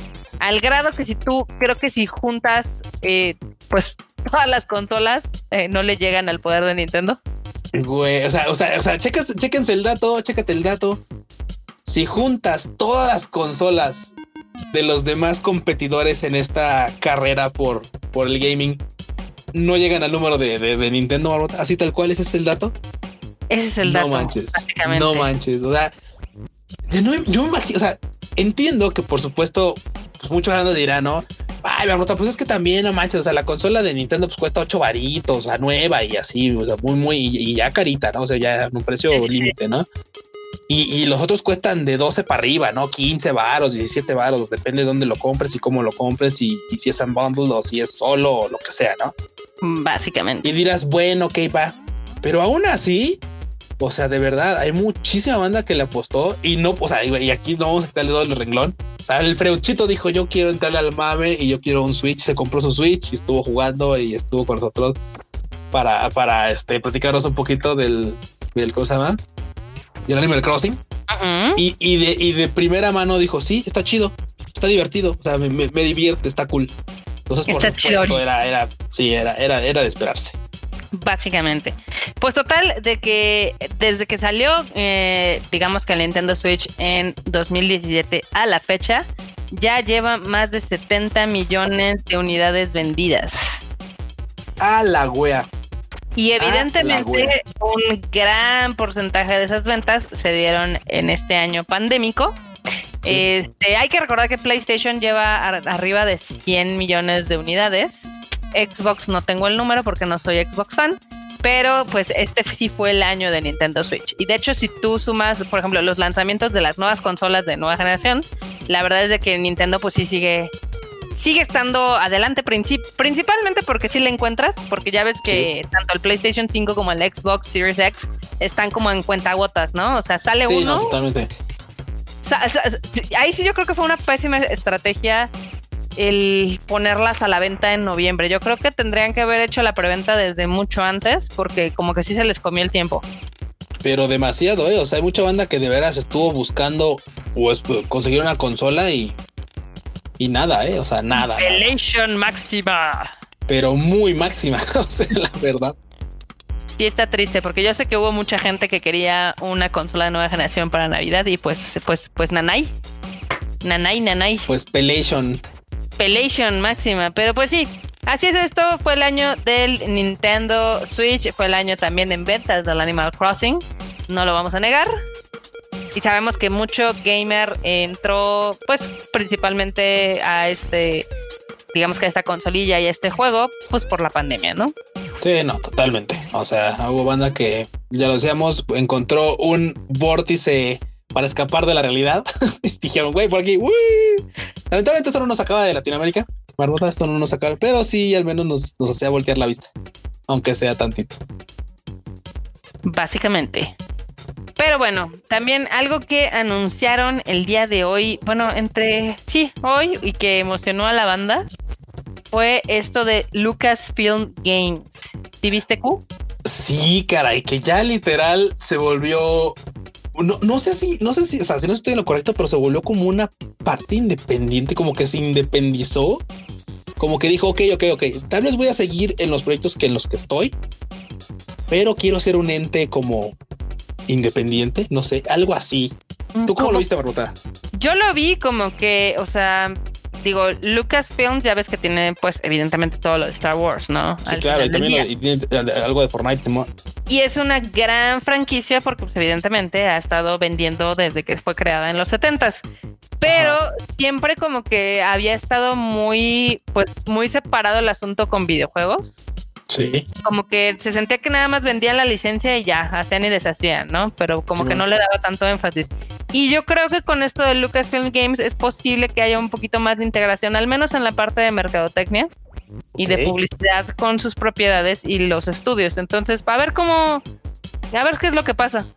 Al grado que si tú, creo que si juntas, eh, pues todas las consolas eh, no le llegan al poder de Nintendo. Güey, o sea, o sea, o sea, checas, chéquense el dato, chécate el dato. Si juntas todas las consolas de los demás competidores en esta carrera por, por el gaming, no llegan al número de, de, de Nintendo, así tal cual, ese es el dato. Ese es el dato. No manches, no manches, o sea, yo, no, yo me imagino, o sea, entiendo que por supuesto, pues mucha gente dirá, ¿no? Ay, Marmota, pues es que también, no manches, o sea, la consola de Nintendo pues cuesta ocho varitos, o sea, nueva y así, o sea, muy, muy, y, y ya carita, ¿no? O sea, ya un precio sí, límite, sí. ¿no? Y, y los otros cuestan de doce para arriba, ¿no? quince varos, diecisiete varos, depende de dónde lo compres y cómo lo compres y, y si es en bundle o si es solo o lo que sea, ¿no? Básicamente. Y dirás, bueno, ok, va. Pero aún así, o sea, de verdad, hay muchísima banda que le apostó y no, o sea, y aquí no vamos a quitarle todo el renglón. O sea, el Freuchito dijo, yo quiero entrarle al mame y yo quiero un Switch. Se compró su Switch y estuvo jugando y estuvo con nosotros para, para este, platicarnos un poquito del, del ¿cómo se llama? Del Animal Crossing. Uh-huh. Y, y, de, y de primera mano dijo, sí, está chido, está divertido, o sea, me, me, me divierte, está cool. Entonces, por está supuesto, chido. era, era, sí, era, era, era de esperarse. Básicamente. Pues total, de que desde que salió, eh, digamos que el Nintendo Switch en dos mil diecisiete a la fecha, ya lleva más de setenta millones de unidades vendidas. A la wea. Y evidentemente un gran porcentaje de esas ventas se dieron en este año pandémico. Sí. Este, hay que recordar que PlayStation lleva a, arriba de cien millones de unidades. Xbox no tengo el número porque no soy Xbox fan, pero pues este sí fue el año de Nintendo Switch. Y de hecho, si tú sumas, por ejemplo, los lanzamientos de las nuevas consolas de nueva generación, la verdad es de que Nintendo pues sí sigue sigue estando adelante, princip- principalmente porque sí le encuentras, porque ya ves que sí. Tanto el PlayStation cinco como el Xbox Series X están como en cuentagotas, ¿no? O sea, sale sí, uno. No, totalmente. Sa- sa- ahí sí yo creo que fue una pésima estrategia el ponerlas a la venta en noviembre. Yo creo que tendrían que haber hecho la preventa desde mucho antes, porque como que sí se les comió el tiempo. Pero demasiado, ¿eh? O sea, hay mucha banda que de veras estuvo buscando o es, conseguir una consola y y nada, ¿eh? O sea, nada. Revelation máxima. pero muy máxima, o sea, la verdad. Sí está triste, porque yo sé que hubo mucha gente que quería una consola de nueva generación para Navidad y pues, pues, pues nanay. Nanay, nanay. Pues Pelation. Pelation máxima, pero pues sí. Así es esto, fue el año del Nintendo Switch, fue el año también en ventas del Animal Crossing, no lo vamos a negar. Y sabemos que mucho gamer entró pues principalmente a este, digamos que a esta consolilla y a este juego, pues por la pandemia, ¿no? Sí, no, totalmente. O sea, hubo banda que, ya lo decíamos, encontró un vórtice para escapar de la realidad. Dijeron, güey, por aquí, uy. Lamentablemente esto no nos sacaba de Latinoamérica. Marmota, esto no nos sacaba, pero sí al menos nos, nos hacía voltear la vista, aunque sea tantito. Básicamente. Pero bueno, también algo que anunciaron el día de hoy, bueno, entre sí, hoy, y que emocionó a la banda, fue esto de Lucasfilm Games. ¿Sí viste, Q? Sí, caray, que ya literal se volvió... No, no sé si, no sé si, o sea, si no estoy en lo correcto, pero se volvió como una parte independiente, como que se independizó, como que dijo, ok, ok, ok, tal vez voy a seguir en los proyectos que en los que estoy, pero quiero ser un ente como independiente, no sé, algo así. ¿Tú cómo, ¿Cómo? lo viste, Barbota? Yo lo vi como que, o sea, digo, Lucasfilm ya ves que tiene, pues, evidentemente todo lo de Star Wars, ¿no? Sí, Al claro, y también lo, y tiene algo de Fortnite. ¿no? Y es una gran franquicia porque, pues, evidentemente ha estado vendiendo desde que fue creada en los setentas. Pero Ajá. siempre como que había estado muy, pues, muy separado el asunto con videojuegos. Sí. Como que se sentía que nada más vendían la licencia y ya, hacían y deshacían, ¿no? Pero como sí, que no le daba tanto énfasis. Y yo creo que con esto de Lucasfilm Games es posible que haya un poquito más de integración, al menos en la parte de mercadotecnia y okay. de publicidad con sus propiedades y los estudios. Entonces, a ver cómo, a ver qué es lo que pasa.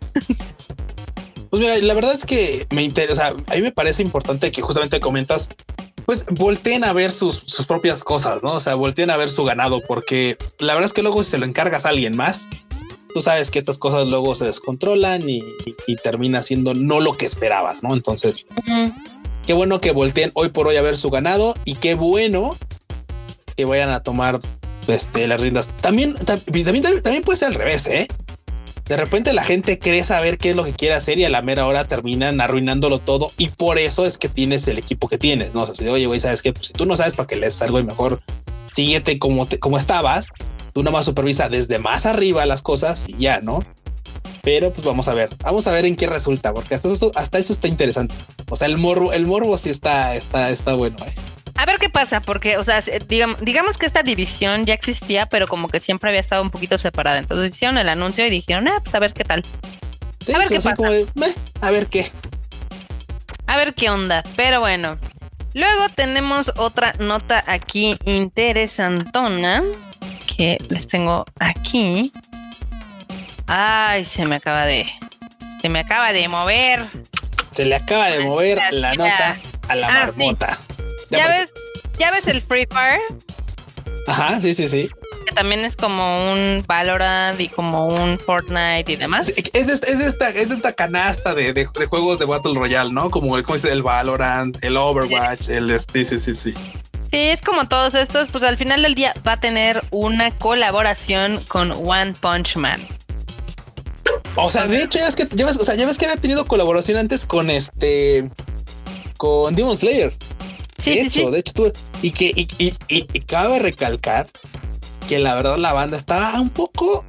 Pues mira, la verdad es que me interesa, a mí me parece importante que justamente comentas, pues volteen a ver sus, sus propias cosas, ¿no? O sea, volteen a ver su ganado, porque la verdad es que luego si se lo encargas a alguien más, tú sabes que estas cosas luego se descontrolan y, y, y termina siendo no lo que esperabas, ¿no? Entonces, uh-huh. qué bueno que volteen hoy por hoy a ver su ganado y qué bueno que vayan a tomar este, las riendas. También, también, también, también puede ser al revés, ¿eh? De repente la gente cree saber qué es lo que quiere hacer y a la mera hora terminan arruinándolo todo y por eso es que tienes el equipo que tienes, ¿no? O sea, si, oye, güey, ¿sabes qué? Pues si tú no sabes para qué lees algo y mejor síguete como, te, como estabas, tú nomás supervisa desde más arriba las cosas y ya, ¿no? Pero pues vamos a ver, vamos a ver en qué resulta, porque hasta eso, hasta eso está interesante. O sea, el morbo, el morbo sí está, está, está bueno, ¿eh? A ver qué pasa, porque, o sea, digamos, digamos que esta división ya existía, pero como que siempre había estado un poquito separada. Entonces hicieron el anuncio y dijeron, ah, pues a ver qué tal. Sí, a ver pues qué pasa. Como de, meh, a ver qué. A ver qué onda. Pero bueno, luego tenemos otra nota aquí interesantona que les tengo aquí. Ay, se me acaba de, se me acaba de mover. Se le acaba de mover la, la nota a la ah, marmota. Sí. Ya, ¿Ya ves, ya ves el Free Fire. Ajá, sí, sí, sí. Que también es como un Valorant y como un Fortnite y demás. Sí, es, esta, es, esta, es esta canasta de, de, de juegos de Battle Royale, ¿no? Como, como es el Valorant, el Overwatch, sí. el sí, sí, sí, sí. Sí, es como todos estos, pues al final del día va a tener una colaboración con One Punch Man. O sea, de hecho, ya ves que, ya ves, o sea, ya ves que había tenido colaboración antes con este, con Demon Slayer. Sí, de sí, hecho, sí. de hecho, tú, y que y, y, y, y cabe recalcar que la verdad la banda estaba un poco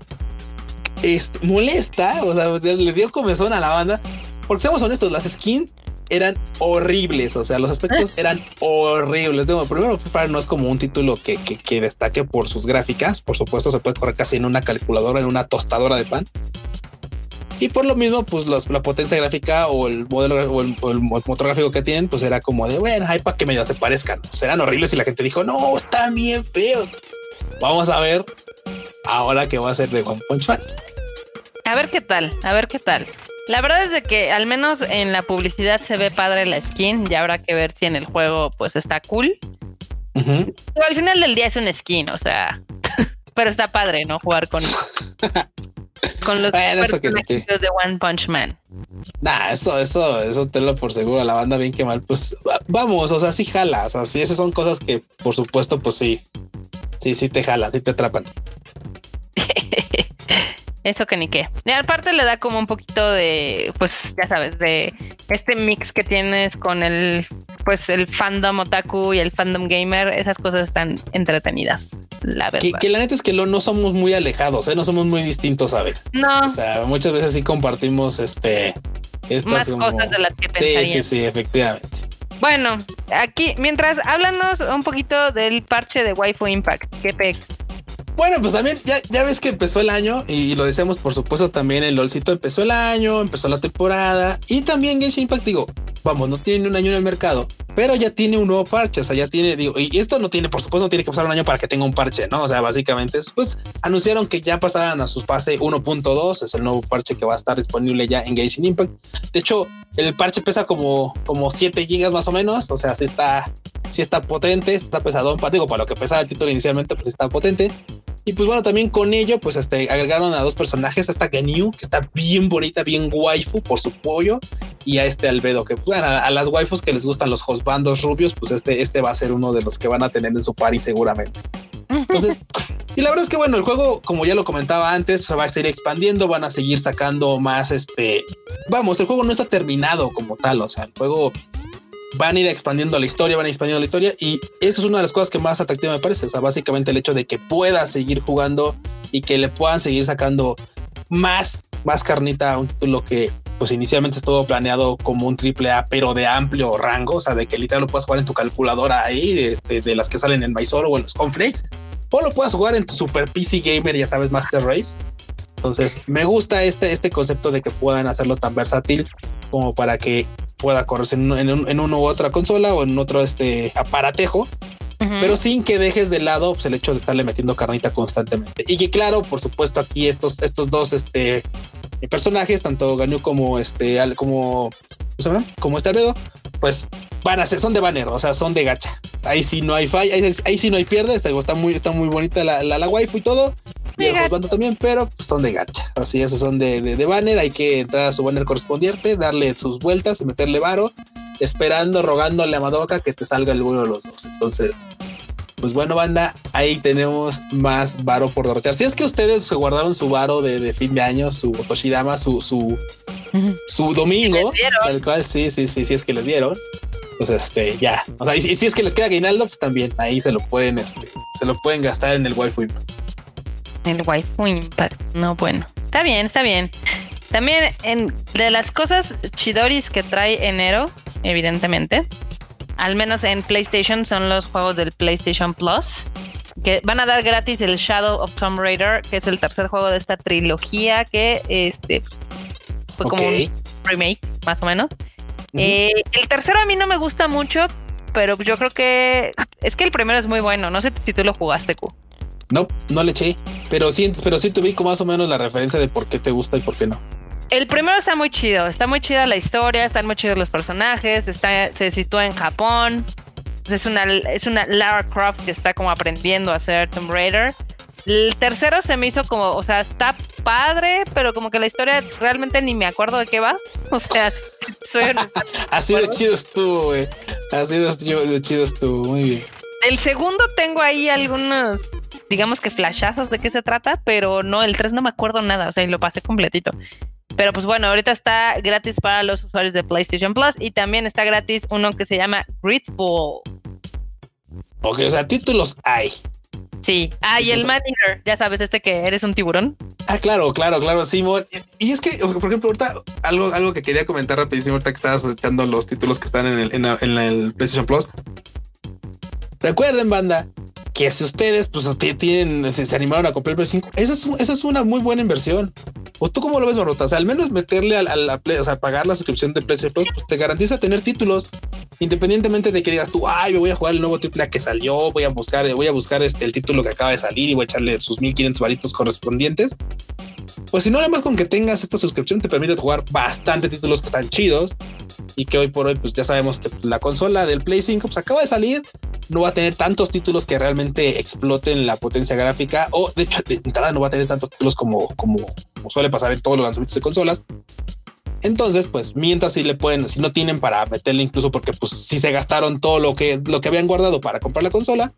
este, molesta, o sea, le dio comezón a la banda, porque seamos honestos, las skins eran horribles, o sea, los aspectos eran horribles. Digo, primero, Free Fire no es como un título que, que, que destaque por sus gráficas, por supuesto, se puede correr casi en una calculadora, en una tostadora de pan. Y por lo mismo, pues los, la potencia gráfica o el modelo o el, o el motor gráfico que tienen, pues era como de, bueno, hay para que medio se parezcan. Serán horribles y la gente dijo, no, están bien feos. Vamos a ver ahora qué va a ser de One Punch Man. A ver qué tal, a ver qué tal. La verdad es de que al menos en la publicidad se ve padre la skin. Ya habrá que ver si en el juego pues está cool. Uh-huh. Pero al final del día es un skin, o sea, pero está padre, ¿no? Jugar con... Con los bueno, personajes que, que... de One Punch Man. Nah, eso, eso, eso tenlo por seguro. La banda bien que mal, pues vamos, o sea, sí jala. O sea, sí, esas son cosas que, por supuesto, pues sí. Sí, sí te jalan, sí te atrapan. Eso que ni qué. Y aparte le da como un poquito de, pues ya sabes, de este mix que tienes con el, pues el fandom otaku y el fandom gamer. Esas cosas están entretenidas, la verdad. Que, que la neta es que lo, no somos muy alejados, ¿eh? No somos muy distintos, ¿sabes? No. O sea, muchas veces sí compartimos este estas más como... cosas de las que pensaría. Sí, sí, sí, efectivamente. Bueno, aquí, mientras, háblanos un poquito del parche de Waifu Impact. ¿Qué pex? Bueno, pues también ya, ya ves que empezó el año y lo decíamos, por supuesto, también el LOLcito empezó el año, empezó la temporada y también Genshin Impact, digo, vamos, no tiene ni un año en el mercado, pero ya tiene un nuevo parche, o sea, ya tiene, digo, y esto no tiene, por supuesto, no tiene que pasar un año para que tenga un parche, ¿no? O sea, básicamente es, pues, anunciaron que ya pasaban a su fase uno punto dos, es el nuevo parche que va a estar disponible ya en Genshin Impact. De hecho, el parche pesa como, como siete gigas más o menos, o sea, sí está, sí está potente, está pesadón, digo, para lo que pesaba el título inicialmente, pues está potente. Y pues bueno, también con ello, pues este, agregaron a dos personajes, a esta Ganyu, que está bien bonita, bien waifu por su pollo, y a este Albedo, que bueno, a, a las waifus que les gustan los hostbandos rubios, pues este, este va a ser uno de los que van a tener en su party seguramente. Entonces, y la verdad es que bueno, el juego, como ya lo comentaba antes, se va a seguir expandiendo, van a seguir sacando más, este, vamos, el juego no está terminado como tal, o sea, el juego... van a ir expandiendo la historia, van a ir expandiendo la historia y eso es una de las cosas que más atractiva me parece. O sea, básicamente el hecho de que pueda seguir jugando y que le puedan seguir sacando más, más carnita a un título que pues inicialmente estuvo planeado como un triple A, pero de amplio rango. O sea, de que literal lo puedas jugar en tu calculadora ahí, de, de, de las que salen en MySolo o en los Cornflakes, o lo puedas jugar en tu super P C gamer, ya sabes, Master Race. Entonces me gusta este, este concepto de que puedan hacerlo tan versátil como para que pueda correrse en, en, en una u otra consola o en otro este aparatejo, uh-huh. pero sin que dejes de lado pues, el hecho de estarle metiendo carnita constantemente. Y que claro, por supuesto, aquí estos, estos dos este, personajes, tanto Ganyu como este, como, ¿cómo se llama? Como este Albedo, pues van a ser, son de banner, o sea, son de gacha. Ahí sí no hay falla, ahí, ahí sí no hay pierde, está, está muy, está muy bonita la, la, la waifu y todo. Y el juzgando también, pero pues, son de gacha. Así, esos son de, de, de banner. Hay que entrar a su banner correspondiente, darle sus vueltas y meterle varo, esperando, rogándole a Madoka que te salga el bueno de los dos. Entonces, pues bueno, banda, ahí tenemos más varo por derrochar. Si es que ustedes se guardaron su varo de, de fin de año, su Otoshidama, su, su, su domingo, tal cual, sí, sí, sí, sí, es que les dieron. Pues este, ya. O sea, y, y si es que les queda aguinaldo, pues también ahí se lo pueden, este, se lo pueden gastar en el Waifu Impact. El Waifu Impact. No, bueno. Está bien, está bien. También en, de las cosas chidoris que trae enero, evidentemente, al menos en PlayStation, son los juegos del PlayStation Plus, que van a dar gratis el Shadow of Tomb Raider, que es el tercer juego de esta trilogía que este pues, fue okay. como un remake, más o menos. Uh-huh. Eh, el tercero a mí no me gusta mucho, pero yo creo que es que el primero es muy bueno. No sé si tú lo jugaste, Q. No, no le eché, pero sí, pero sí te ubico más o menos la referencia de por qué te gusta y por qué no. El primero está muy chido, está muy chida la historia, están muy chidos los personajes, está, se sitúa en Japón, es una, es una Lara Croft que está como aprendiendo a hacer Tomb Raider. El tercero se me hizo como, o sea, está padre, pero como que la historia realmente ni me acuerdo de qué va. O sea, soy así de chido estuvo, güey. Así de chido estuvo, muy bien. El segundo tengo ahí algunos, digamos que flashazos de qué se trata, pero no, el tres no me acuerdo nada, o sea, y lo pasé completito. Pero pues bueno, ahorita está gratis para los usuarios de PlayStation Plus y también está gratis uno que se llama Greedfall. Ok, o sea, títulos hay. Sí, ah, y el Man-Eater, ya sabes, este que eres un tiburón. Ah, claro, claro, claro, Simón. Y es que, por ejemplo, ahorita algo, algo que quería comentar rapidísimo, ahorita que estabas echando los títulos que están en el, en, la, en el PlayStation Plus. Recuerden, banda, que si ustedes pues tienen, se, se animaron a comprar el P S cinco, eso es, eso es una muy buena inversión. ¿O tú cómo lo ves, Marrota? O sea, al menos meterle a, a la Play, o sea, pagar la suscripción de PlayStation Plus, pues te garantiza tener títulos, independientemente de que digas tú, ay, me voy a jugar el nuevo triple A que salió, voy a buscar, voy a buscar este, el título que acaba de salir y voy a echarle sus mil quinientos varitos correspondientes. Pues si no, nada más con que tengas esta suscripción te permite jugar bastante títulos que están chidos y que hoy por hoy pues ya sabemos que la consola del Play cinco pues acaba de salir, no va a tener tantos títulos que realmente exploten la potencia gráfica, o de hecho de entrada no va a tener tantos títulos como, como, como suele pasar en todos los lanzamientos de consolas. Entonces, pues mientras sí le pueden, si no tienen para meterle, incluso porque pues si se gastaron todo lo que, lo que habían guardado para comprar la consola,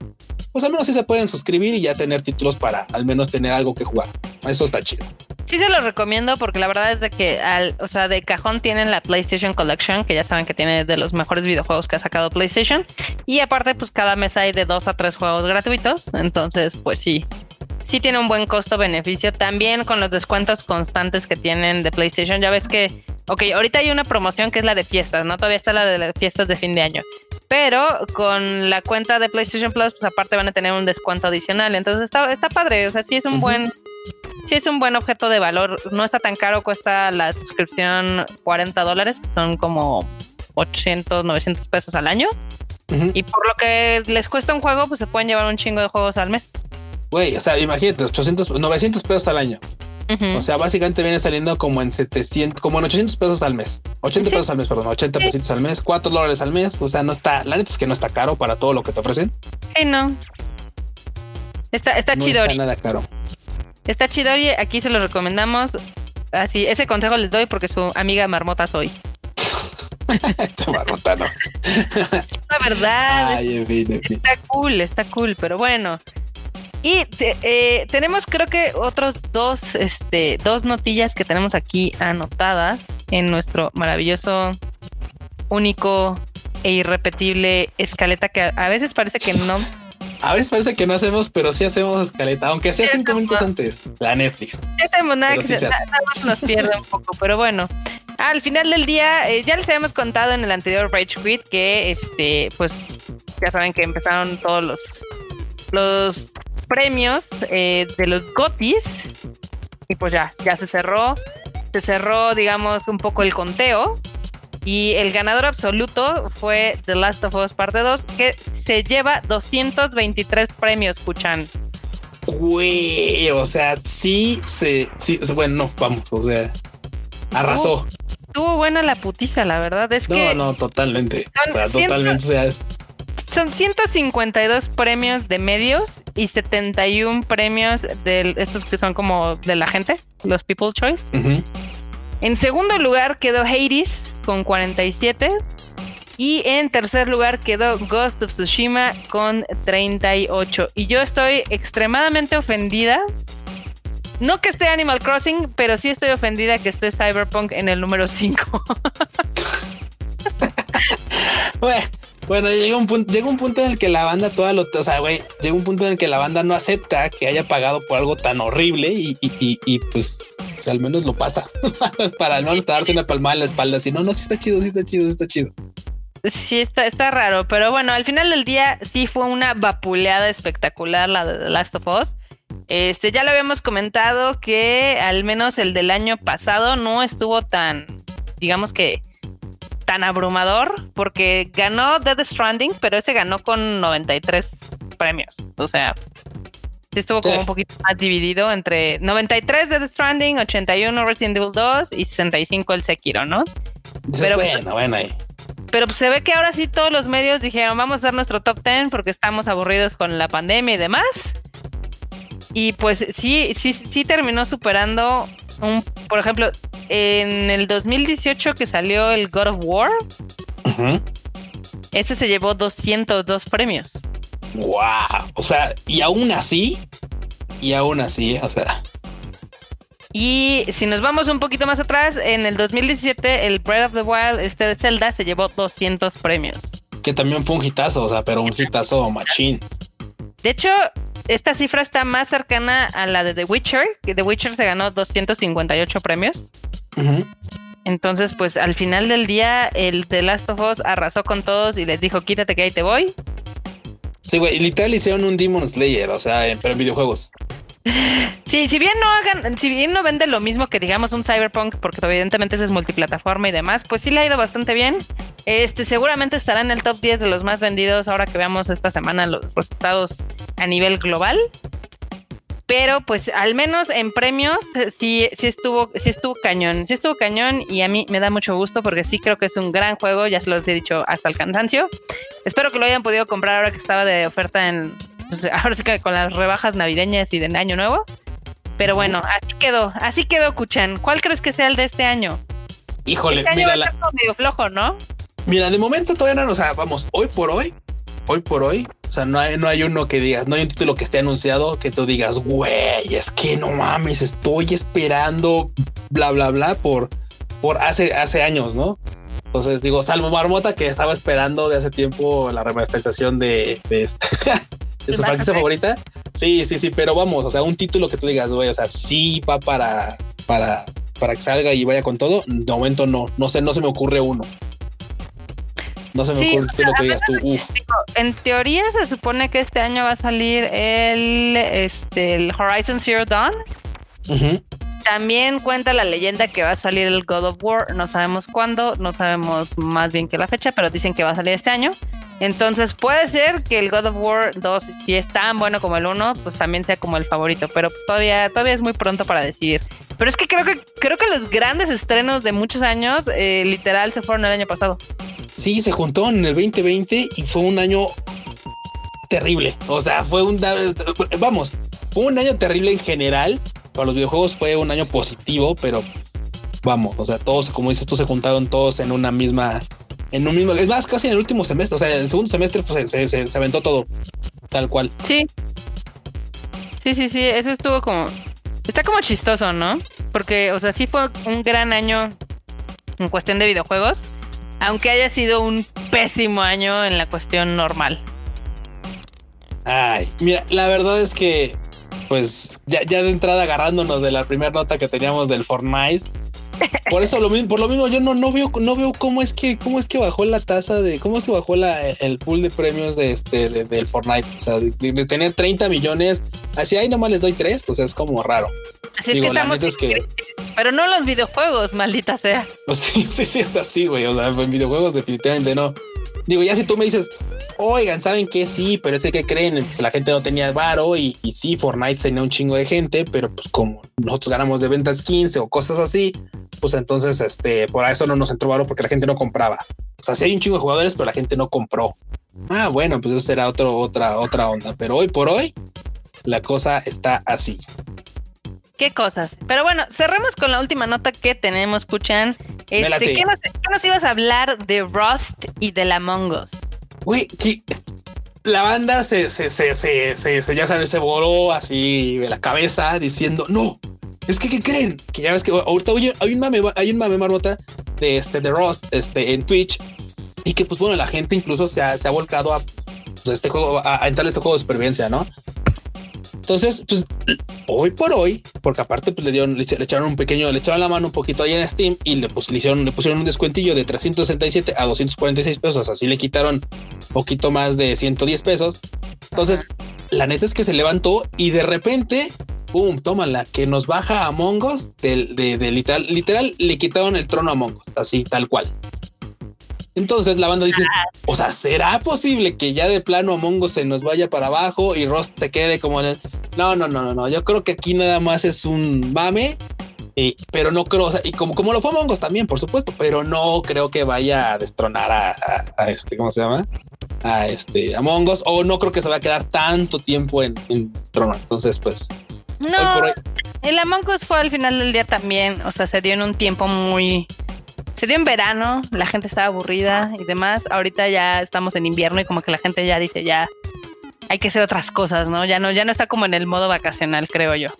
pues al menos sí se pueden suscribir y ya tener títulos para al menos tener algo que jugar. Eso está chido. Sí se los recomiendo porque la verdad es de que, al, o sea, de cajón tienen la PlayStation Collection, que ya saben que tiene de los mejores videojuegos que ha sacado PlayStation. Y aparte, pues cada mes hay de dos a tres juegos gratuitos. Entonces, pues sí, sí tiene un buen costo-beneficio. También con los descuentos constantes que tienen de PlayStation. Ya ves que, ok, ahorita hay una promoción que es la de fiestas, ¿no? Todavía está la de las fiestas de fin de año. Pero con la cuenta de PlayStation Plus, pues aparte van a tener un descuento adicional. Entonces está, está padre. O sea, sí es un uh-huh. buen... Sí es un buen objeto de valor, no está tan caro, cuesta la suscripción cuarenta dólares, son como ochocientos, novecientos pesos al año. Uh-huh. Y por lo que les cuesta un juego, pues se pueden llevar un chingo de juegos al mes. Güey, o sea, imagínate, ochocientos, novecientos pesos al año. Uh-huh. O sea, básicamente viene saliendo como en setecientos, como en ochocientos pesos al mes. ochenta sí. pesos al mes, perdón, ochenta sí. pesitos al mes, cuatro dólares al mes. O sea, no está, la neta es que no está caro para todo lo que te ofrecen. Sí, no. Está, está no chido. No está nada caro. Está chido y aquí se los recomendamos. Así, ese consejo les doy porque su amiga marmota soy. Marmota no. La verdad. Ay, en fin, en fin. Está cool, está cool, pero bueno. Y te, eh, tenemos creo que otros dos, este, dos notillas que tenemos aquí anotadas en nuestro maravilloso, único e irrepetible escaleta que a, a veces parece que no... A veces parece que no hacemos, pero sí hacemos escaleta, aunque sea sí, cinco minutos antes. La Netflix. Ya tenemos nada que sí se, nada más nos pierde un poco, pero bueno. Al final del día, eh, ya les habíamos contado en el anterior Rage Quit que, este, pues, ya saben que empezaron todos los, los premios eh, de los GOTYs y pues ya, ya se cerró, se cerró, digamos, un poco el conteo. Y el ganador absoluto fue The Last of Us Parte dos, que se lleva doscientos veintitrés premios, Kuchan. Güey, o sea, sí, se, sí, bueno, no, vamos, o sea, arrasó. Estuvo buena la putiza, la verdad, es no, que... No, no, totalmente, o sea, ciento, totalmente, o sea... Son ciento cincuenta y dos premios de medios y setenta y uno premios de estos que son como de la gente, los People's Choice. Uh-huh. En segundo lugar quedó Hades con cuarenta y siete y en tercer lugar quedó Ghost of Tsushima con treinta y ocho. Y yo estoy extremadamente ofendida. No que esté Animal Crossing, pero sí estoy ofendida que esté Cyberpunk en el número cinco. Bueno, bueno, llega un punto, llega un punto en el que la banda toda lo, o sea, güey, llega un punto en el que la banda no acepta que haya pagado por algo tan horrible y, y, y, y pues, o sea, al menos lo pasa para no darse una palmada en la espalda. Si no, no, sí está chido, sí está chido, sí está chido. Sí, está, está raro, pero bueno, al final del día sí fue una vapuleada espectacular la de The Last of Us. Este, ya lo habíamos comentado que al menos el del año pasado no estuvo tan, digamos que tan abrumador, porque ganó Death Stranding, pero ese ganó con noventa y tres premios. O sea, sí estuvo como sí. un poquito más dividido entre noventa y tres Death Stranding, ochenta y uno Resident Evil dos y sesenta y cinco el Sekiro, ¿no? Pero bueno, bueno ahí. Pero pues, se ve que ahora sí todos los medios dijeron, vamos a hacer nuestro top diez porque estamos aburridos con la pandemia y demás. Y pues sí, sí, sí terminó superando un, por ejemplo, en el dos mil dieciocho que salió el God of War, uh-huh. ese se llevó doscientos dos premios. Wow, o sea, y aún así, y aún así, o sea. Y si nos vamos un poquito más atrás, en el dos mil diecisiete el Breath of the Wild, este de Zelda, se llevó doscientos premios. Que también fue un hitazo, o sea, pero un hitazo machín. De hecho, esta cifra está más cercana a la de The Witcher, que The Witcher se ganó doscientos cincuenta y ocho premios. Uh-huh. Entonces, pues al final del día, el The Last of Us arrasó con todos y les dijo, quítate que ahí te voy. Sí, güey, literal hicieron un Demon Slayer, o sea, en, pero en videojuegos. Sí, si bien no hagan, si bien no vende lo mismo que digamos un Cyberpunk, porque evidentemente ese es multiplataforma y demás, pues sí le ha ido bastante bien. Este, seguramente estará en el top diez de los más vendidos ahora que veamos esta semana los resultados a nivel global. Pero pues al menos en premios sí, sí estuvo, sí estuvo cañón, sí estuvo cañón y a mí me da mucho gusto porque sí creo que es un gran juego, ya se los he dicho hasta el cansancio. Espero que lo hayan podido comprar ahora que estaba de oferta en, pues ahora sí que con las rebajas navideñas y de Año Nuevo. Pero bueno, así quedó, así quedó, Kuchan. ¿Cuál crees que sea el de este año? Híjole, este año mira, va a la... estar medio flojo, ¿no? Mira, de momento todavía no, o sea, vamos, hoy por hoy, hoy por hoy, o sea, no hay, no hay uno que digas, no hay un título que esté anunciado que tú digas, güey, es que no mames, estoy esperando bla, bla, bla por, por hace, hace años, ¿no? Entonces digo, salvo Marmota, que estaba esperando de hace tiempo la remasterización de, de, este, de su franquicia favorita. Sí, sí, sí, pero vamos, o sea, un título que tú digas, güey, o sea, sí va para, para, para que salga y vaya con todo. De momento no, no sé, no se me ocurre uno. No se me sí, ocurre un título que digas tú, uff. En teoría se supone que este año va a salir el, este, el Horizon Zero Dawn. Uh-huh. También cuenta la leyenda que va a salir el God of War. No sabemos cuándo, no sabemos más bien que la fecha, pero dicen que va a salir este año. Entonces puede ser que el God of War dos, si es tan bueno como el uno, pues también sea como el favorito, pero todavía, todavía es muy pronto para decidir. Pero es que creo que creo que los grandes estrenos de muchos años, eh, literal, se fueron el año pasado. Sí, se juntó en el veinte veinte y fue un año terrible. O sea, fue un... Vamos, fue un año terrible en general. Para los videojuegos fue un año positivo, pero vamos, o sea, todos, como dices tú, se juntaron todos en una misma... En un mismo, es más, casi en el último semestre, o sea, en el segundo semestre pues, se, se, se aventó todo, tal cual. Sí. Sí, sí, sí, eso estuvo como... Está como chistoso, ¿no? Porque, o sea, sí fue un gran año en cuestión de videojuegos, aunque haya sido un pésimo año en la cuestión normal. Ay, mira, la verdad es que, pues, ya, ya de entrada agarrándonos de la primera nota que teníamos del Fortnite, por eso lo mismo, por lo mismo yo no, no veo, no veo cómo es que, cómo es que bajó la tasa de, cómo es que bajó la, el pool de premios de este, de, del Fortnite. O sea, de, de tener treinta millones, así ahí nomás les doy tres, o sea, es como raro. Así Digo, es que estamos es que... Pero no los videojuegos, maldita sea. Pues sí, sí, sí, es así, güey. O sea, en videojuegos definitivamente no. Digo, ya si tú me dices, oigan, ¿saben qué? Sí, pero es que creen que la gente no tenía varo y, y sí, Fortnite tenía un chingo de gente, pero pues como nosotros ganamos de ventas quince o cosas así, pues entonces, este, por eso no nos entró varo porque la gente no compraba. O sea, sí hay un chingo de jugadores, pero la gente no compró. Ah, bueno, pues eso será otro, otra, otra onda. Pero hoy por hoy, la cosa está así. ¿Qué cosas? Pero bueno, cerremos con la última nota que tenemos, Kuchan. Este, ¿qué, nos, ¿Qué nos ibas a hablar de Rust y de Among Us? Güey, que la banda se, se, se, se, se, se ya sabes, se voló así de la cabeza diciendo, no, es que, ¿qué creen? Que ya ves que ahorita hay, hay un mame, hay un mame marmota de este, de Rust, este, en Twitch, y que pues bueno, la gente incluso se ha, se ha volcado a, pues, este juego, a, a entrar a este juego de supervivencia, ¿no? Entonces, pues hoy por hoy, porque aparte pues le dieron, le, le echaron un pequeño, le echaron la mano un poquito ahí en Steam y le, pues, le hicieron, le pusieron un descuentillo de trescientos sesenta y siete a doscientos cuarenta y seis pesos, así le quitaron un poquito más de ciento diez pesos. Entonces, la neta es que se levantó y de repente, pum, tómala, que nos baja a Among Us, de, de, de literal, literal le quitaron el trono a Among Us, así tal cual. Entonces la banda dice, o sea, ¿será posible que ya de plano Among Us se nos vaya para abajo y Rust se quede como en el... No, no, no, no, no. Yo creo que aquí nada más es un mame, y, pero no creo, o sea, y como, como lo fue Among Us también, por supuesto, pero no creo que vaya a destronar a, a, a este, ¿cómo se llama? A este Among Us, o no creo que se va a quedar tanto tiempo en, en trono. Entonces, pues, no, hoy por hoy... el Among Us fue al final del día también, o sea, se dio en un tiempo muy... Se dio en verano, la gente estaba aburrida y demás. Ahorita ya estamos en invierno y como que la gente ya dice, ya hay que hacer otras cosas, ¿no? Ya no, ya no está como en el modo vacacional, creo yo.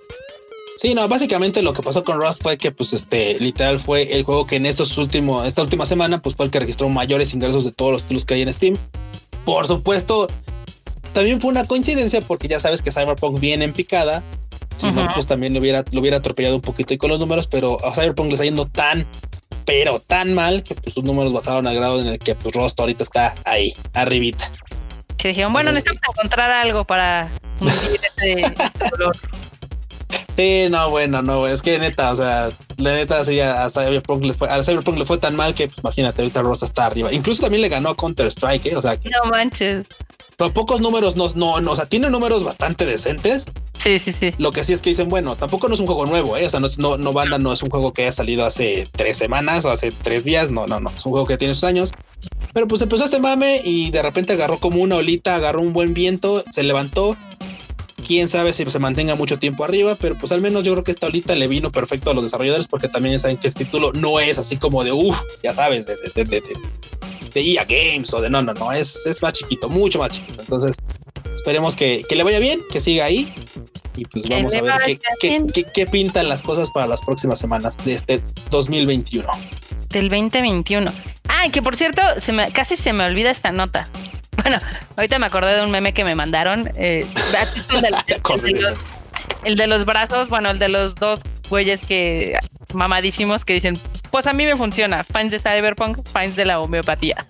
Sí, no, básicamente lo que pasó con Rust fue que, pues, este, literal fue el juego que en estos últimos, esta última semana, pues fue el que registró mayores ingresos de todos los títulos que hay en Steam. Por supuesto, también fue una coincidencia porque ya sabes que Cyberpunk viene en picada. Si uh-huh. no, pues también lo hubiera, lo hubiera atropellado un poquito y con los números, pero a Cyberpunk le está yendo tan... pero tan mal que pues sus números bajaron al grado en el que pues Rust ahorita está ahí, arribita. Que dijeron, bueno, entonces, necesitamos encontrar algo para hundir ese dolor. Sí, no, bueno, no, es que neta, o sea, la neta, sí, a Cyberpunk le fue, a Cyberpunk le fue tan mal que, pues, imagínate, ahorita Rust está arriba. Incluso también le ganó a Counter-Strike, ¿eh? O sea, que no manches. Pero pocos números, no, no, no, o sea, tiene números bastante decentes. Sí, sí, sí. Lo que sí es que dicen, bueno, tampoco no es un juego nuevo, ¿eh? O sea, no, no, no banda, no es un juego que haya salido hace tres semanas o hace tres días, no, no, no, es un juego que tiene sus años. Pero pues empezó este mame y de repente agarró como una olita, agarró un buen viento, se levantó. Quién sabe si se mantenga mucho tiempo arriba, pero pues al menos yo creo que esta olita le vino perfecto a los desarrolladores porque también saben que este título no es así como de uff, ya sabes, de, de, de, de, de E A Games o de no, no, no, es, es más chiquito, mucho más chiquito. Entonces, esperemos que, que le vaya bien, que siga ahí. Y pues Que vamos le a ver vaya qué, qué, bien. qué, qué pintan las cosas para las próximas semanas de este dos mil veintiuno. Del veinte veintiuno. Ah, y que por cierto, se me, casi se me olvida esta nota. Bueno, ahorita me acordé de un meme que me mandaron. Eh, el, del- el de los, el de los brazos, bueno, el de los dos güeyes que mamadísimos que dicen, pues a mí me funciona. Fans de Cyberpunk, fans de la homeopatía.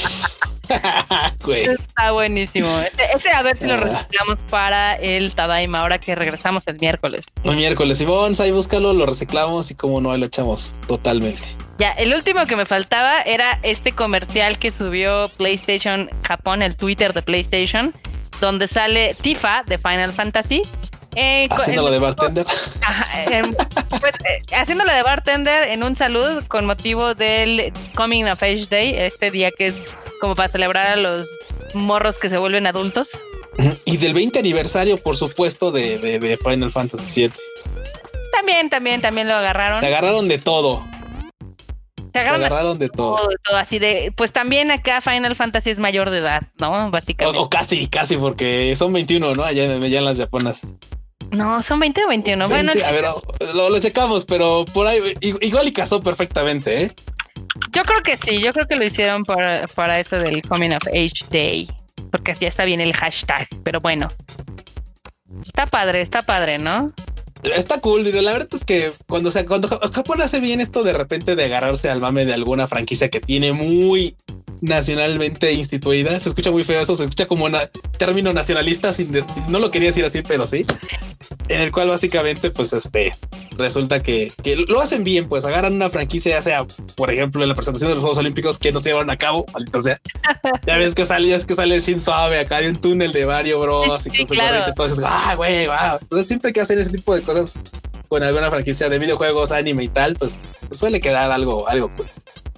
Güey. Está buenísimo. Ese, ese a ver si lo Ah. reciclamos para el Tadaima ahora que regresamos el miércoles. El miércoles, y vamos ahí, búscalo, lo reciclamos y como no, ahí lo echamos totalmente. Ya, el último que me faltaba era este comercial que subió PlayStation Japón, el Twitter de PlayStation, donde sale Tifa de Final Fantasy. Eh, co- Haciéndolo en- de bartender. Ajá, em, pues eh, haciéndole de bartender en un salud con motivo del Coming of Age Day, este día que es como para celebrar a los morros que se vuelven adultos. Y del veinte aniversario, por supuesto, de, de, de Final Fantasy siete. También, también, también lo agarraron. Se agarraron de todo. Se Se agarraron agarraron de todo. todo, de todo, así de, pues también acá Final Fantasy es mayor de edad, ¿no? O, Básicamente. o casi, casi, porque son veintiuno, ¿no? Allá, en- allá en las japonas. No, son veinte o veintiuno. Bueno, veinte, a sí, ver, lo, lo checamos, pero por ahí i- igual y casó perfectamente, ¿eh? yo creo que sí, yo creo que lo hicieron para, para eso del Coming of Age Day, porque así ya está bien el hashtag, pero bueno. Está padre, está padre, ¿no? Está cool, digo, la verdad es que cuando, se, cuando Ja- Japón hace bien esto de repente de agarrarse al mame de alguna franquicia que tiene muy nacionalmente instituida, se escucha muy feo eso, se escucha como un término nacionalista, sin, de- sin- no lo quería decir así, pero sí, en el cual básicamente pues este resulta que, que lo hacen bien, pues agarran una franquicia, ya sea por ejemplo en la presentación de los Juegos Olímpicos que no se llevaron a cabo, maldito sea. Ya ves que sale, ya es que sale Shinzo Abe acá de un túnel de Mario Bros. Sí, Y cosas claro. entonces, ah, güey, wow. Entonces siempre que hacen ese tipo de cosas con alguna franquicia de videojuegos, anime y tal, pues suele quedar algo, algo cool.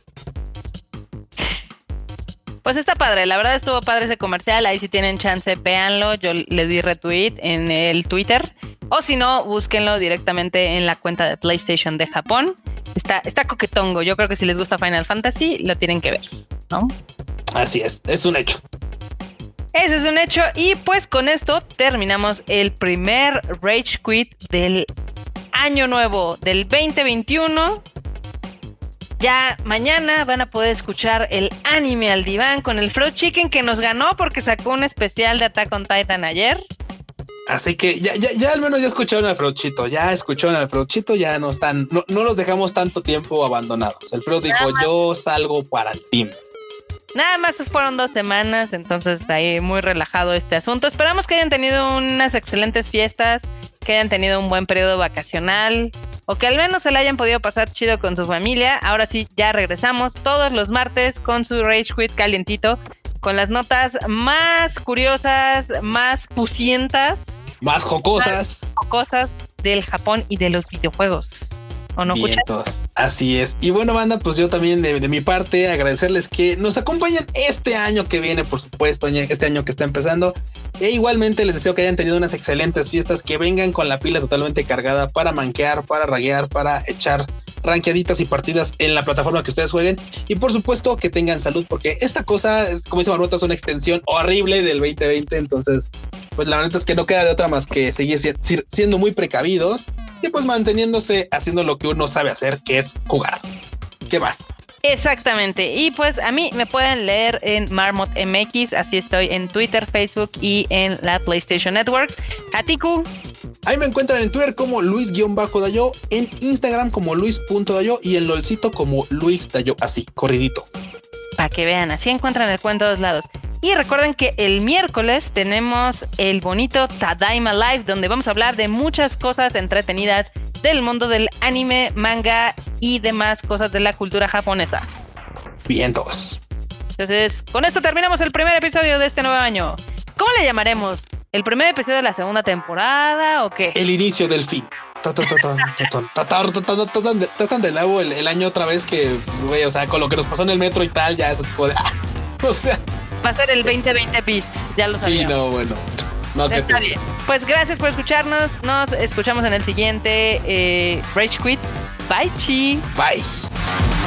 Pues está padre, la verdad estuvo padre ese comercial, ahí si tienen chance, véanlo, yo le di retweet en el Twitter, o si no, búsquenlo directamente en la cuenta de PlayStation de Japón. Está, está coquetongo, yo creo que si les gusta Final Fantasy, lo tienen que ver, ¿no? Así es, es un hecho. Ese es un hecho, y pues con esto terminamos el primer Rage Quit del año nuevo, del veinte veintiuno. Ya mañana van a poder escuchar el anime al diván con el Fruit Chicken que nos ganó porque sacó un especial de Attack on Titan ayer. Así que ya, ya, ya al menos ya escucharon al Freuchito, ya escucharon al Freuchito, ya no están, no, no los dejamos tanto tiempo abandonados. El Freud dijo, yo salgo para el team. Nada más fueron dos semanas, entonces ahí muy relajado este asunto. Esperamos que hayan tenido unas excelentes fiestas, que hayan tenido un buen periodo vacacional o que al menos se la hayan podido pasar chido con su familia. Ahora sí, ya regresamos todos los martes con su Rage Quit calientito, con las notas más curiosas, más pusientas, Más jocosas. más cosas del Japón y de los videojuegos. ¿O no, Cucha? Vientos. Así es. Y bueno, banda, pues yo también de, de mi parte agradecerles que nos acompañen este año que viene, por supuesto, este año que está empezando. E igualmente les deseo que hayan tenido unas excelentes fiestas, que vengan con la pila totalmente cargada para manquear, para raguear, para echar ranqueaditas y partidas en la plataforma que ustedes jueguen. Y por supuesto que tengan salud, porque esta cosa, es, como dice Marmota, es una extensión horrible del veinte veinte. Entonces, pues la verdad es que no queda de otra más que seguir si- siendo muy precavidos y pues manteniéndose haciendo lo que uno sabe hacer, que es jugar. ¿Qué más? Exactamente. Y pues a mí me pueden leer en Marmot M X, así estoy en Twitter, Facebook y en la PlayStation Network. A ti, Q. Ahí me encuentran en Twitter como Luis-Dayo, en Instagram como Luis.dayo y en LOLcito como Luis Dayo, así, corridito. Para que vean, así encuentran el cuento de dos lados. Y recuerden que el miércoles tenemos el bonito Tadaima Live, donde vamos a hablar de muchas cosas entretenidas del mundo del anime, manga y demás cosas de la cultura japonesa. Vientos. Entonces, con esto terminamos el primer episodio de este nuevo año. ¿Cómo le llamaremos? ¿El primer episodio de la segunda temporada o qué? El inicio del fin. Tratan de nuevo el, el año otra vez que, pues, güey, o sea, con lo que nos pasó en el metro y tal, ya es así como de, ah, o sea. Va a ser el veinte veinte bis, ya lo sabía. Sí, no, bueno. No, que Está te... bien. Pues gracias por escucharnos. Nos escuchamos en el siguiente eh, Rage Quit. Bye, chi. Bye.